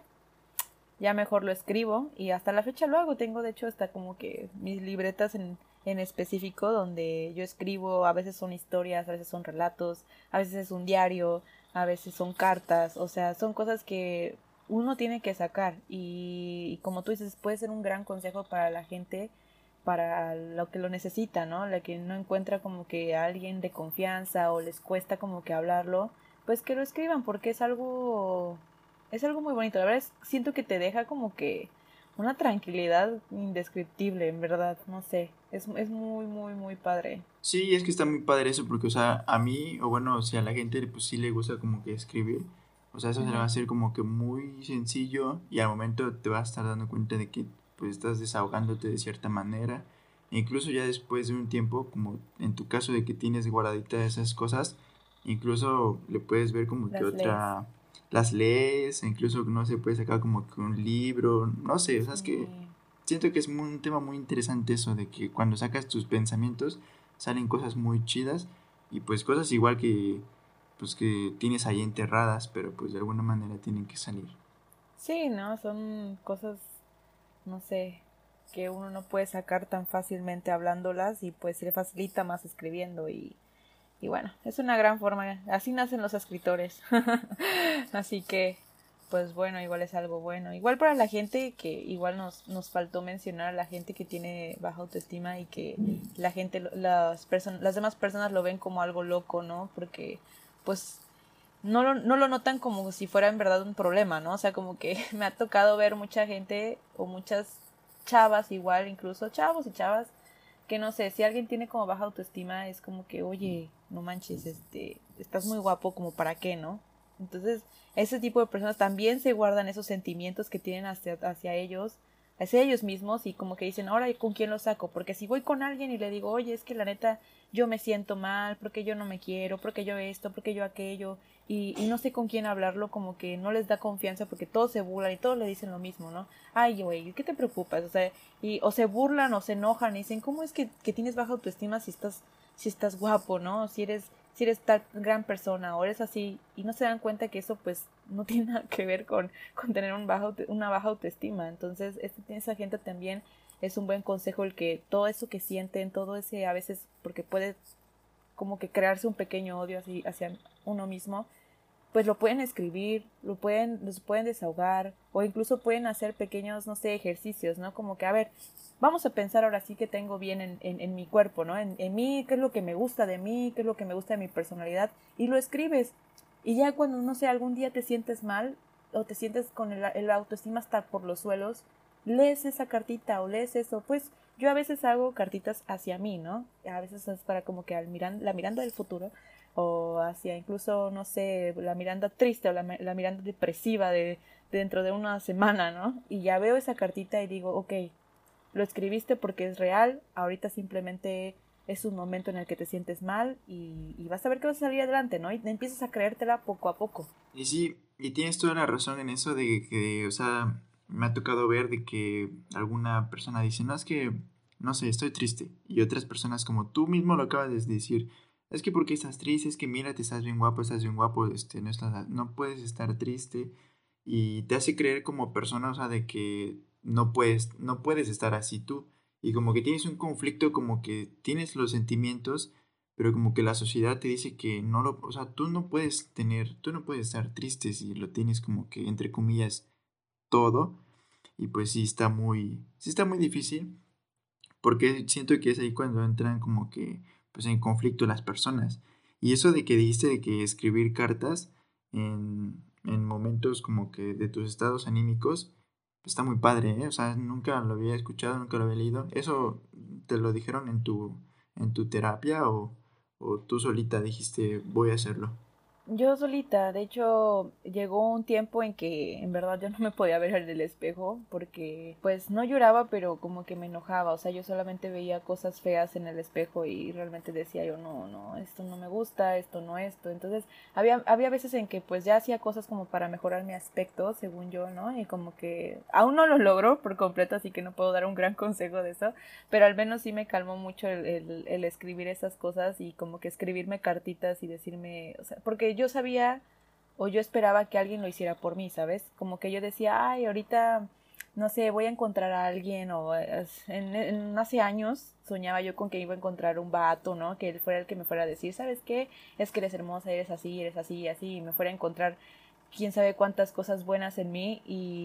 Ya mejor lo escribo y hasta la fecha lo hago. Tengo de hecho hasta como que mis libretas en, en específico donde yo escribo, a veces son historias, a veces son relatos, a veces es un diario, a veces son cartas, o sea, son cosas que uno tiene que sacar y, y como tú dices, puede ser un gran consejo para la gente, para lo que lo necesita, ¿no? La que no encuentra como que a alguien de confianza o les cuesta como que hablarlo, pues que lo escriban porque es algo es algo muy bonito, la verdad es, siento que te deja como que una tranquilidad indescriptible, en verdad, no sé, es, es muy, muy, muy padre. Sí, es que está muy padre eso porque, o sea, a mí, o bueno, si a la gente pues sí le gusta como que escribir, o sea, eso se le va a Ujú. hacer como que muy sencillo y al momento te vas a estar dando cuenta de que pues estás desahogándote de cierta manera. E incluso ya después de un tiempo, como en tu caso de que tienes guardaditas esas cosas, incluso le puedes ver como que Las lees. otra, las lees, e incluso no se puede sacar como que un libro, no sé, o sea, es que Sí. siento que es muy- un tema muy interesante eso de que cuando sacas tus pensamientos, salen cosas muy chidas y pues cosas igual que pues que tienes ahí enterradas, pero pues de alguna manera tienen que salir. Sí, ¿no? Son cosas, no sé, que uno no puede sacar tan fácilmente hablándolas y pues se le facilita más escribiendo y, y bueno, es una gran forma, así nacen los escritores. Así que, pues bueno, igual es algo bueno. Igual para la gente que igual nos, nos faltó mencionar, a la gente que tiene baja autoestima y que la gente, las personas, las demás personas lo ven como algo loco, ¿no? Porque, pues, no lo, no lo notan como si fuera en verdad un problema, ¿no? O sea, como que me ha tocado ver mucha gente o muchas chavas igual, incluso chavos y chavas, que no sé, si alguien tiene como baja autoestima es como que, oye, no manches, este, estás muy guapo como para qué, ¿no? Entonces, ese tipo de personas también se guardan esos sentimientos que tienen hacia, hacia ellos hacia ellos mismos y como que dicen, ahora ¿con quién lo saco? Porque si voy con alguien y le digo, oye, es que la neta yo me siento mal, porque yo no me quiero, porque yo esto, porque yo aquello, y, y no sé con quién hablarlo, como que no les da confianza porque todos se burlan y todos le dicen lo mismo, ¿no? Ay, güey, ¿qué te preocupas? O sea, y o se burlan o se enojan y dicen, ¿cómo es que, que tienes baja autoestima si estás, si estás guapo, ¿no? Si eres si eres tal gran persona o eres así y no se dan cuenta que eso pues no tiene nada que ver con, con tener un bajo, una baja autoestima. Entonces este, esa gente también es un buen consejo el que todo eso que sienten, todo ese a veces, porque puede como que crearse un pequeño odio así hacia uno mismo, pues lo pueden escribir, lo pueden, los pueden desahogar o incluso pueden hacer pequeños, no sé, ejercicios, ¿no? Como que, a ver, vamos a pensar ahora sí que tengo bien en, en, en mi cuerpo, ¿no? En, en mí, qué es lo que me gusta de mí, qué es lo que me gusta de mi personalidad y lo escribes. Y ya cuando, no sé, algún día te sientes mal o te sientes con el, el autoestima hasta por los suelos, lees esa cartita o lees eso, pues yo a veces hago cartitas hacia mí, ¿no? A veces es para como que al miran, la miranda del futuro o hacia incluso, no sé, la miranda triste o la, la miranda depresiva de, de dentro de una semana, ¿no? Y ya veo esa cartita y digo, ok, lo escribiste porque es real, ahorita simplemente es un momento en el que te sientes mal y, y vas a ver que vas a salir adelante, ¿no? Y empiezas a creértela poco a poco. Y sí, y tienes toda la razón en eso de que, o sea, me ha tocado ver de que alguna persona dice, no, es que, no sé, estoy triste. Y otras personas, como tú mismo lo acabas de decir, es que porque estás triste, es que mira, te estás bien guapo, estás bien guapo, este, no, estás, no puedes estar triste. Y te hace creer como persona, o sea, de que no puedes, no puedes estar así tú. Y como que tienes un conflicto, como que tienes los sentimientos, pero como que la sociedad te dice que no lo, o sea, tú no puedes tener, tú no puedes estar triste si lo tienes como que entre comillas todo, y pues sí está muy, sí está muy difícil, porque siento que es ahí cuando entran como que pues en conflicto las personas. Y eso de que dijiste de que escribir cartas en, en momentos como que de tus estados anímicos, pues está muy padre, ¿eh? O sea, nunca lo había escuchado, nunca lo había leído. ¿Eso te lo dijeron en tu, en tu terapia o, o tú solita dijiste voy a hacerlo? Yo solita, de hecho, llegó un tiempo en que en verdad yo no me podía ver en el espejo porque pues no lloraba, pero como que me enojaba, o sea, yo solamente veía cosas feas en el espejo y realmente decía yo, no, no, esto no me gusta, esto no esto. Entonces, había había veces en que pues ya hacía cosas como para mejorar mi aspecto, según yo, ¿no? Y como que aún no lo logro por completo, así que no puedo dar un gran consejo de eso, pero al menos sí me calmó mucho el, el, el escribir esas cosas y como que escribirme cartitas y decirme, o sea, porque yo sabía o yo esperaba que alguien lo hiciera por mí, ¿sabes? Como que yo decía, ay, ahorita, no sé, voy a encontrar a alguien o en, en hace años soñaba yo con que iba a encontrar un vato, ¿no? Que él fuera el que me fuera a decir, ¿sabes qué? Es que eres hermosa, eres así, eres así y así, y me fuera a encontrar quién sabe cuántas cosas buenas en mí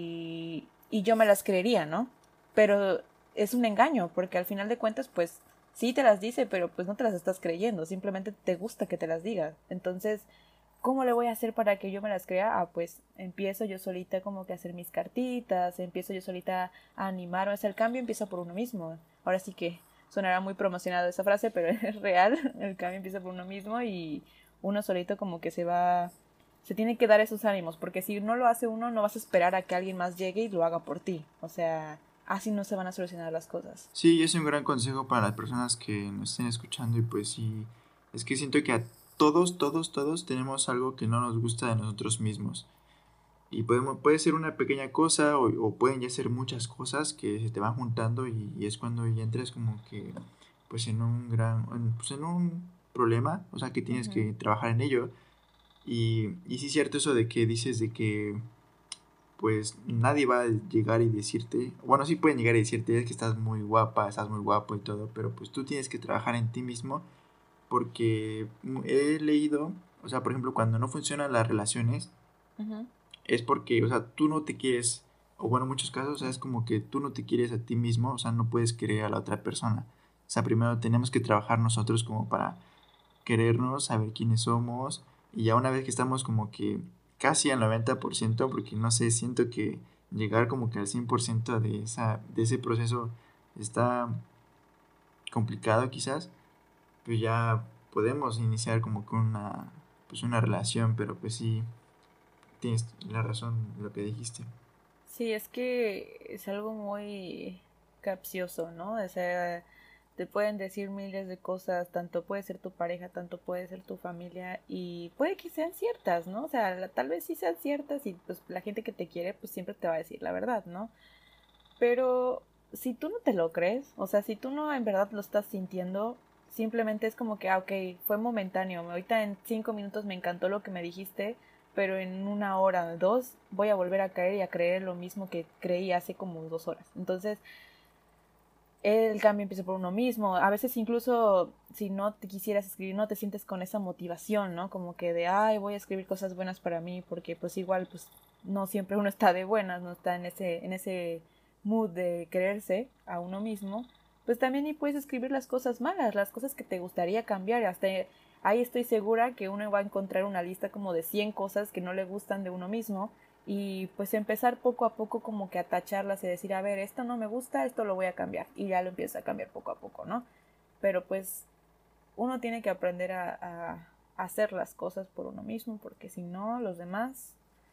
y, y yo me las creería, ¿no? Pero es un engaño, porque al final de cuentas, pues sí te las dice, pero pues no te las estás creyendo, simplemente te gusta que te las diga. Entonces, ¿cómo le voy a hacer para que yo me las crea? Ah, pues empiezo yo solita como que a hacer mis cartitas, empiezo yo solita a animarme, o sea, el cambio empieza por uno mismo. Ahora sí que sonará muy promocionado esa frase, pero es real, el cambio empieza por uno mismo y uno solito como que se va, se tiene que dar esos ánimos, porque si no lo hace uno, no vas a esperar a que alguien más llegue y lo haga por ti. O sea, así no se van a solucionar las cosas. Sí, es un gran consejo para las personas que nos estén escuchando y pues sí, es que siento que a todos, todos, todos tenemos algo que no nos gusta de nosotros mismos. Y podemos, puede ser una pequeña cosa o, o pueden ya ser muchas cosas que se te van juntando y, y es cuando ya entras como que pues en un gran, en, pues en un problema, o sea que tienes Ujú. que trabajar en ello. Y, y sí es cierto eso de que dices de que pues nadie va a llegar y decirte, bueno, sí pueden llegar y decirte es que estás muy guapa, estás muy guapo y todo, pero pues tú tienes que trabajar en ti mismo porque he leído, o sea, por ejemplo, cuando no funcionan las relaciones, Ujú. es porque, o sea, tú no te quieres, o bueno, en muchos casos, o sea, es como que tú no te quieres a ti mismo, o sea, no puedes querer a la otra persona. O sea, primero tenemos que trabajar nosotros como para querernos, saber quiénes somos, y ya una vez que estamos como que casi al noventa por ciento porque no sé, siento que llegar como que al cien por ciento de, esa, de ese proceso está complicado quizás, pues ya podemos iniciar como con una, pues una relación, pero pues sí, tienes la razón en lo que dijiste. Sí, es que es algo muy capcioso, ¿no? O sea, te pueden decir miles de cosas, tanto puede ser tu pareja, tanto puede ser tu familia, y puede que sean ciertas, ¿no? O sea, la- tal vez sí sean ciertas y pues la gente que te quiere pues siempre te va a decir la verdad, ¿no? Pero si tú no te lo crees, o sea, si tú no en verdad lo estás sintiendo, simplemente es como que, ah, ok, fue momentáneo, ahorita en cinco minutos me encantó lo que me dijiste, pero en una hora, dos, voy a volver a caer y a creer lo mismo que creí hace como dos horas. Entonces, el cambio empieza por uno mismo. A veces incluso si no te quisieras escribir, no te sientes con esa motivación, ¿no? Como que de, ay, voy a escribir cosas buenas para mí, porque pues igual, pues no siempre uno está de buenas, no está en ese, en ese mood de quererse a uno mismo. Pues también y puedes escribir las cosas malas, las cosas que te gustaría cambiar. Hasta ahí estoy segura que uno va a encontrar una lista como de cien cosas que no le gustan de uno mismo y pues empezar poco a poco como que a tacharlas y decir, a ver, esto no me gusta, esto lo voy a cambiar y ya lo empieza a cambiar poco a poco, ¿no? Pero pues uno tiene que aprender a, a hacer las cosas por uno mismo porque si no, los demás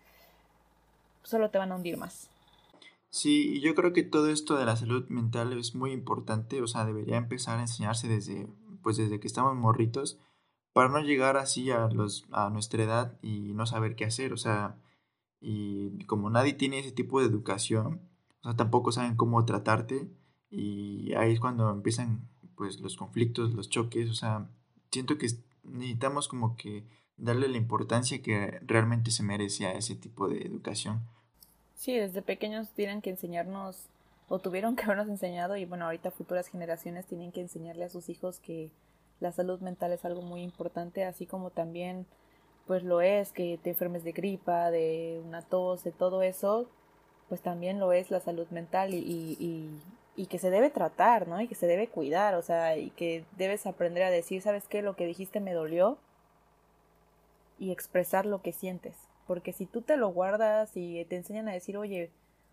solo te van a hundir más. Sí, y yo creo que todo esto de la salud mental es muy importante, o sea, debería empezar a enseñarse desde, pues desde que estamos morritos, para no llegar así a los, a nuestra edad y no saber qué hacer, o sea, y como nadie tiene ese tipo de educación, o sea, tampoco saben cómo tratarte, y ahí es cuando empiezan, pues, los conflictos, los choques, o sea, siento que necesitamos como que darle la importancia que realmente se merece a ese tipo de educación. Sí, desde pequeños tienen que enseñarnos o tuvieron que habernos enseñado y bueno, ahorita futuras generaciones tienen que enseñarle a sus hijos que la salud mental es algo muy importante, así como también pues lo es que te enfermes de gripa, de una tos, de todo eso, pues también lo es la salud mental y, y, y, y que se debe tratar, ¿no? Y que se debe cuidar, o sea, y que debes aprender a decir, ¿sabes qué? Lo que dijiste me dolió y expresar lo que sientes. Porque si tú te lo guardas y te enseñan a decir, oye,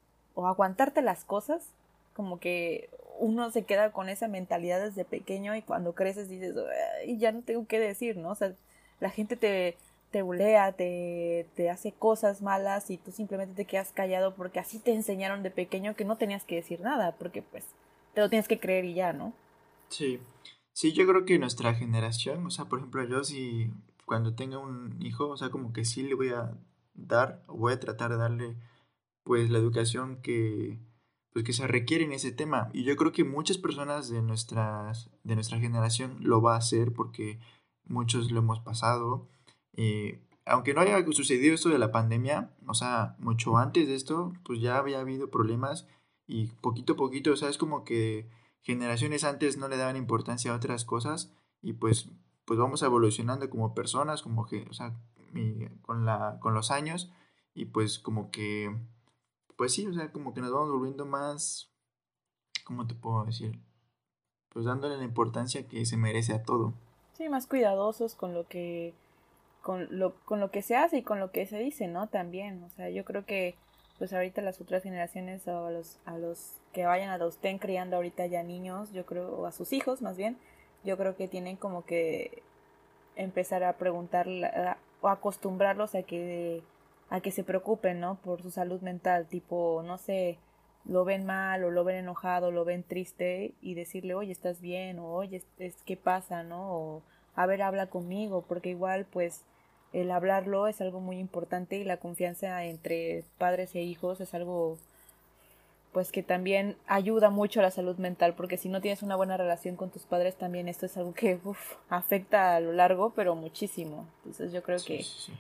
o aguantarte las cosas, como que uno se queda con esa mentalidad desde pequeño y cuando creces dices, y ya no tengo qué decir, ¿no? O sea, la gente te, te bulea, te, te hace cosas malas y tú simplemente te quedas callado porque así te enseñaron de pequeño que no tenías que decir nada, porque pues te lo tienes que creer y ya, ¿no? Sí, sí, yo creo que nuestra generación, o sea, por ejemplo, yo si cuando tenga un hijo, o sea, como que sí le voy a dar, o voy a tratar de darle, pues, la educación que, pues, que se requiere en ese tema. Y yo creo que muchas personas de nuestras, de nuestra generación lo va a hacer porque muchos lo hemos pasado. Eh, aunque no haya sucedido esto de la pandemia, o sea, mucho antes de esto, pues ya había habido problemas y poquito a poquito, o sea, es como que generaciones antes no le daban importancia a otras cosas y pues, pues vamos evolucionando como personas, como que, o sea, mi- con la, con los años y pues como que, pues sí, o sea, como que nos vamos volviendo más, ¿cómo te puedo decir? Pues dándole la importancia que se merece a todo. Sí, más cuidadosos con lo que con lo, con lo que se hace y con lo que se dice, ¿no? También, o sea, yo creo que pues ahorita las futuras generaciones o a los, a los que vayan a los estén criando ahorita ya niños, yo creo, o a sus hijos más bien, yo creo que tienen como que empezar a preguntar o acostumbrarlos a que a que se preocupen, ¿no? Por su salud mental, tipo, no sé, lo ven mal o lo ven enojado, lo ven triste y decirle, oye, ¿estás bien? O oye, es, es, ¿qué pasa? ¿No? O a ver, habla conmigo, porque igual, pues, el hablarlo es algo muy importante y la confianza entre padres e hijos es algo pues que también ayuda mucho a la salud mental, porque si no tienes una buena relación con tus padres, también esto es algo que uf, afecta a lo largo, pero muchísimo. Entonces yo creo Sí, que sí, sí.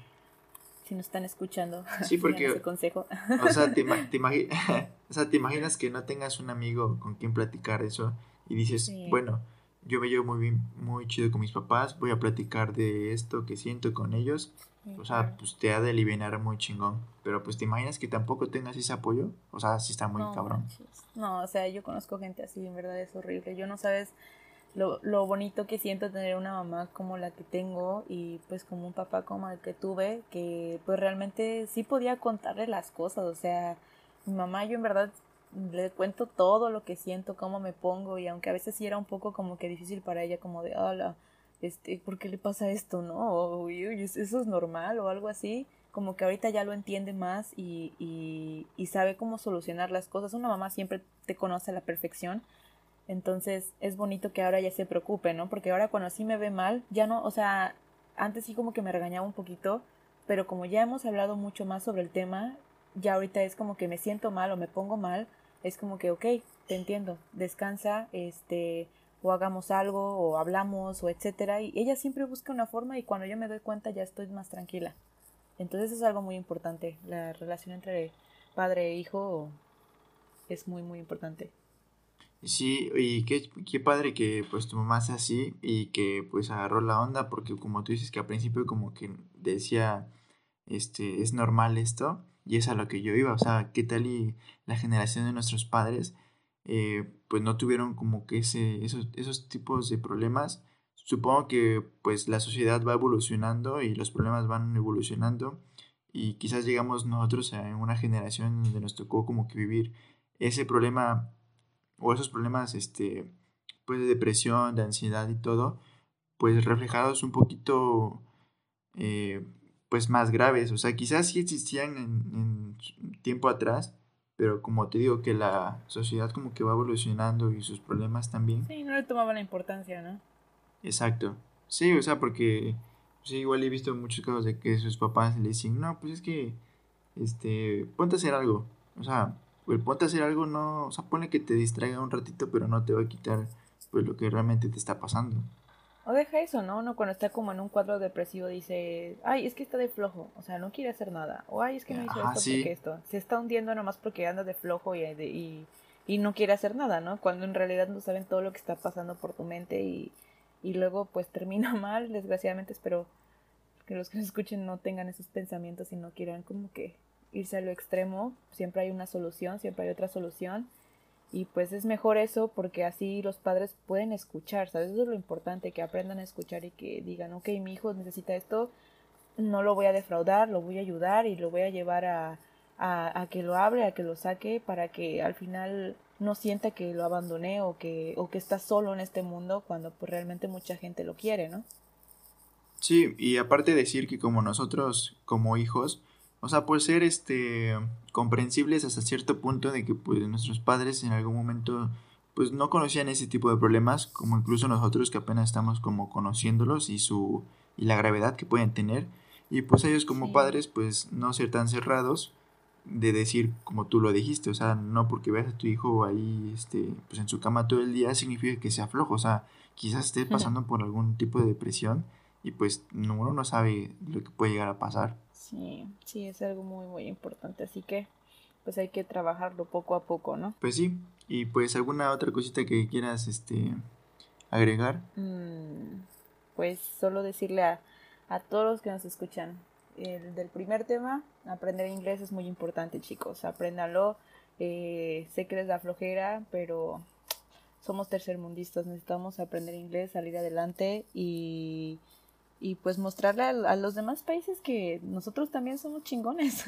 si nos están escuchando, Sí, sigan ese porque, consejo. o sea, te, ima- te, imagi- o sea, te imaginas que no tengas un amigo con quien platicar eso y dices, Sí, bueno, yo me llevo muy bien, muy chido con mis papás, voy a platicar de esto que siento con ellos, sí, o claro. sea, pues te ha de aliviar muy chingón, pero pues te imaginas que tampoco tengas ese apoyo, o sea, sí está muy No cabrón. manches. No, o sea, yo conozco gente así, en verdad es horrible. Yo no sabes lo, lo bonito que siento tener una mamá como la que tengo y pues como un papá como el que tuve, que pues realmente sí podía contarle las cosas, o sea, mi mamá yo en verdad le cuento todo lo que siento, cómo me pongo y aunque a veces sí era un poco como que difícil para ella como de, hola, este, ¿por qué le pasa esto, no? O, "Uy, uy, eso es normal o algo así, como que ahorita ya lo entiende más y, y, y sabe cómo solucionar las cosas. Una mamá siempre te conoce a la perfección, entonces es bonito que ahora ya se preocupe, ¿no? Porque ahora cuando sí me ve mal, ya no, o sea, antes sí como que me regañaba un poquito, pero como ya hemos hablado mucho más sobre el tema, ya ahorita es como que me siento mal o me pongo mal, es como que, ok, te entiendo, descansa, este, o hagamos algo, o hablamos, o etcétera, y ella siempre busca una forma y cuando yo me doy cuenta ya estoy más tranquila. Entonces es algo muy importante, la relación entre padre e hijo es muy, muy importante. Sí, y qué, qué padre que pues tu mamá sea así y que pues agarró la onda porque como tú dices que al principio como que decía, este, es normal esto y es a lo que yo iba, o sea, qué tal y la generación de nuestros padres eh, pues no tuvieron como que ese, esos, esos tipos de problemas. Supongo que pues la sociedad va evolucionando y los problemas van evolucionando y quizás llegamos nosotros a una generación donde nos tocó como que vivir ese problema o esos problemas, este, pues de depresión, de ansiedad y todo, pues reflejados un poquito, eh, pues más graves. O sea, quizás sí existían en, en tiempo atrás, pero como te digo que la sociedad como que va evolucionando y sus problemas también. Sí, no le tomaba la importancia, ¿no? Exacto. Sí, o sea, porque sí, igual he visto muchos casos de que sus papás le dicen, no, pues es que, este, ponte a hacer algo. O sea, el ponte a hacer algo no, o sea, pone que te distraiga un ratito, pero no te va a quitar, pues, lo que realmente te está pasando. O deja eso, ¿no? Uno cuando está como en un cuadro depresivo dice, ay, es que está de flojo, o sea, no quiere hacer nada. O ay, es que Eh, no hizo Ajá, esto porque sí, esto. Se está hundiendo nomás porque anda de flojo y, y, y no quiere hacer nada, ¿no? Cuando en realidad no saben todo lo que está pasando por tu mente y, y luego pues termina mal, desgraciadamente espero que los que nos escuchen no tengan esos pensamientos y no quieran como que irse a lo extremo. Siempre hay una solución, siempre hay otra solución. Y pues es mejor eso porque así los padres pueden escuchar, ¿sabes? Eso es lo importante, que aprendan a escuchar y que digan, ok, mi hijo necesita esto, no lo voy a defraudar, lo voy a ayudar y lo voy a llevar a, a, a que lo hable, a que lo saque, para que al final no sienta que lo abandoné o que, o que está solo en este mundo cuando pues realmente mucha gente lo quiere, ¿no? sí, y aparte decir que como nosotros, como hijos, o sea, pues ser, este, comprensibles hasta cierto punto de que, pues, nuestros padres en algún momento, pues, no conocían ese tipo de problemas, como incluso nosotros que apenas estamos como conociéndolos y su, y la gravedad que pueden tener, y pues ellos como Sí. padres, pues, no ser tan cerrados de decir como tú lo dijiste, o sea, no porque veas a tu hijo ahí, este, pues, en su cama todo el día significa que sea flojo, o sea, quizás esté pasando por algún tipo de depresión y pues no- uno no sabe lo que puede llegar a pasar. Sí, sí, es algo muy, muy importante, así que pues hay que trabajarlo poco a poco, ¿no? Pues sí, y pues alguna otra cosita que quieras este agregar. Mm, pues solo decirle a, a todos los que nos escuchan, el del primer tema, aprender inglés es muy importante, chicos, apréndanlo. Eh, sé que les da flojera, pero somos tercermundistas, necesitamos aprender inglés, salir adelante y, y pues mostrarle a, a los demás países que nosotros también somos chingones.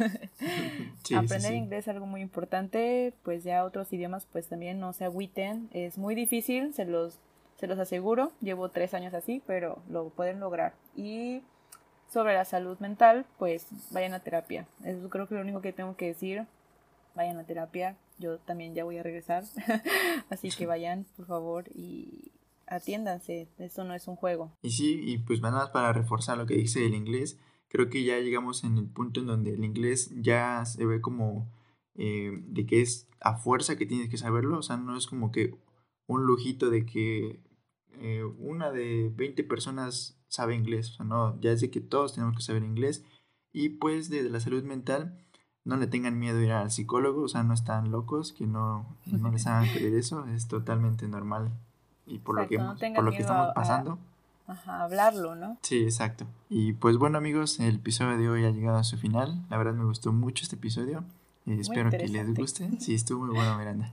Sí, sí, Aprender sí. inglés es algo muy importante, pues ya otros idiomas pues también no se agüiten, es muy difícil, se los, se los aseguro, llevo tres años así, pero lo pueden lograr. Y sobre la salud mental, pues vayan a terapia, eso creo que es lo único que tengo que decir, vayan a terapia, yo también ya voy a regresar, así que vayan por favor y atiéndanse, esto no es un juego. Y sí, y pues nada más para reforzar lo que dice del inglés, creo que ya llegamos en el punto en donde el inglés ya se ve como eh, de que es a fuerza que tienes que saberlo, o sea, no es como que un lujito de que eh, una de veinte personas sabe inglés, o sea, no, ya es de que todos tenemos que saber inglés y pues de la salud mental no le tengan miedo a ir al psicólogo, o sea, no están locos, que no, no les hagan creer eso, es totalmente normal y por lo que Exacto, no hemos, por tengan lo que miedo estamos a, a, pasando. a hablarlo, ¿no? Sí, exacto. Y pues bueno amigos, el episodio de hoy ha llegado a su final. La verdad me gustó mucho este episodio. Eh, Muy espero que les interesante. guste. Sí, estuvo muy bueno, Miranda.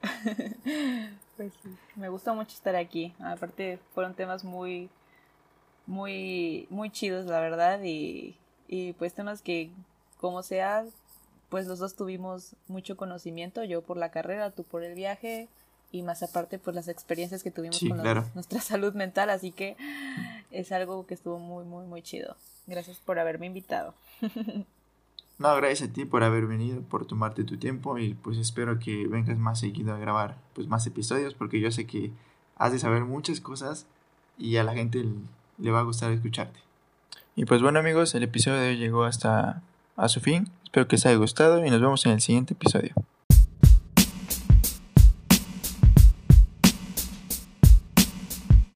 Pues sí, me gustó mucho estar aquí. Aparte fueron temas muy, muy, muy chidos, la verdad, y, y pues temas que, como sea, pues los dos tuvimos mucho conocimiento, yo por la carrera, tú por el viaje, y más aparte pues las experiencias que tuvimos Sí, con los, claro. nuestra salud mental, así que es algo que estuvo muy, muy, muy chido. Gracias por haberme invitado. No, gracias a ti por haber venido, por tomarte tu tiempo y pues espero que vengas más seguido a grabar pues más episodios porque yo sé que has de saber muchas cosas y a la gente le va a gustar escucharte. Y pues bueno amigos, el episodio de hoy llegó hasta a su fin. Espero que les haya gustado y nos vemos en el siguiente episodio.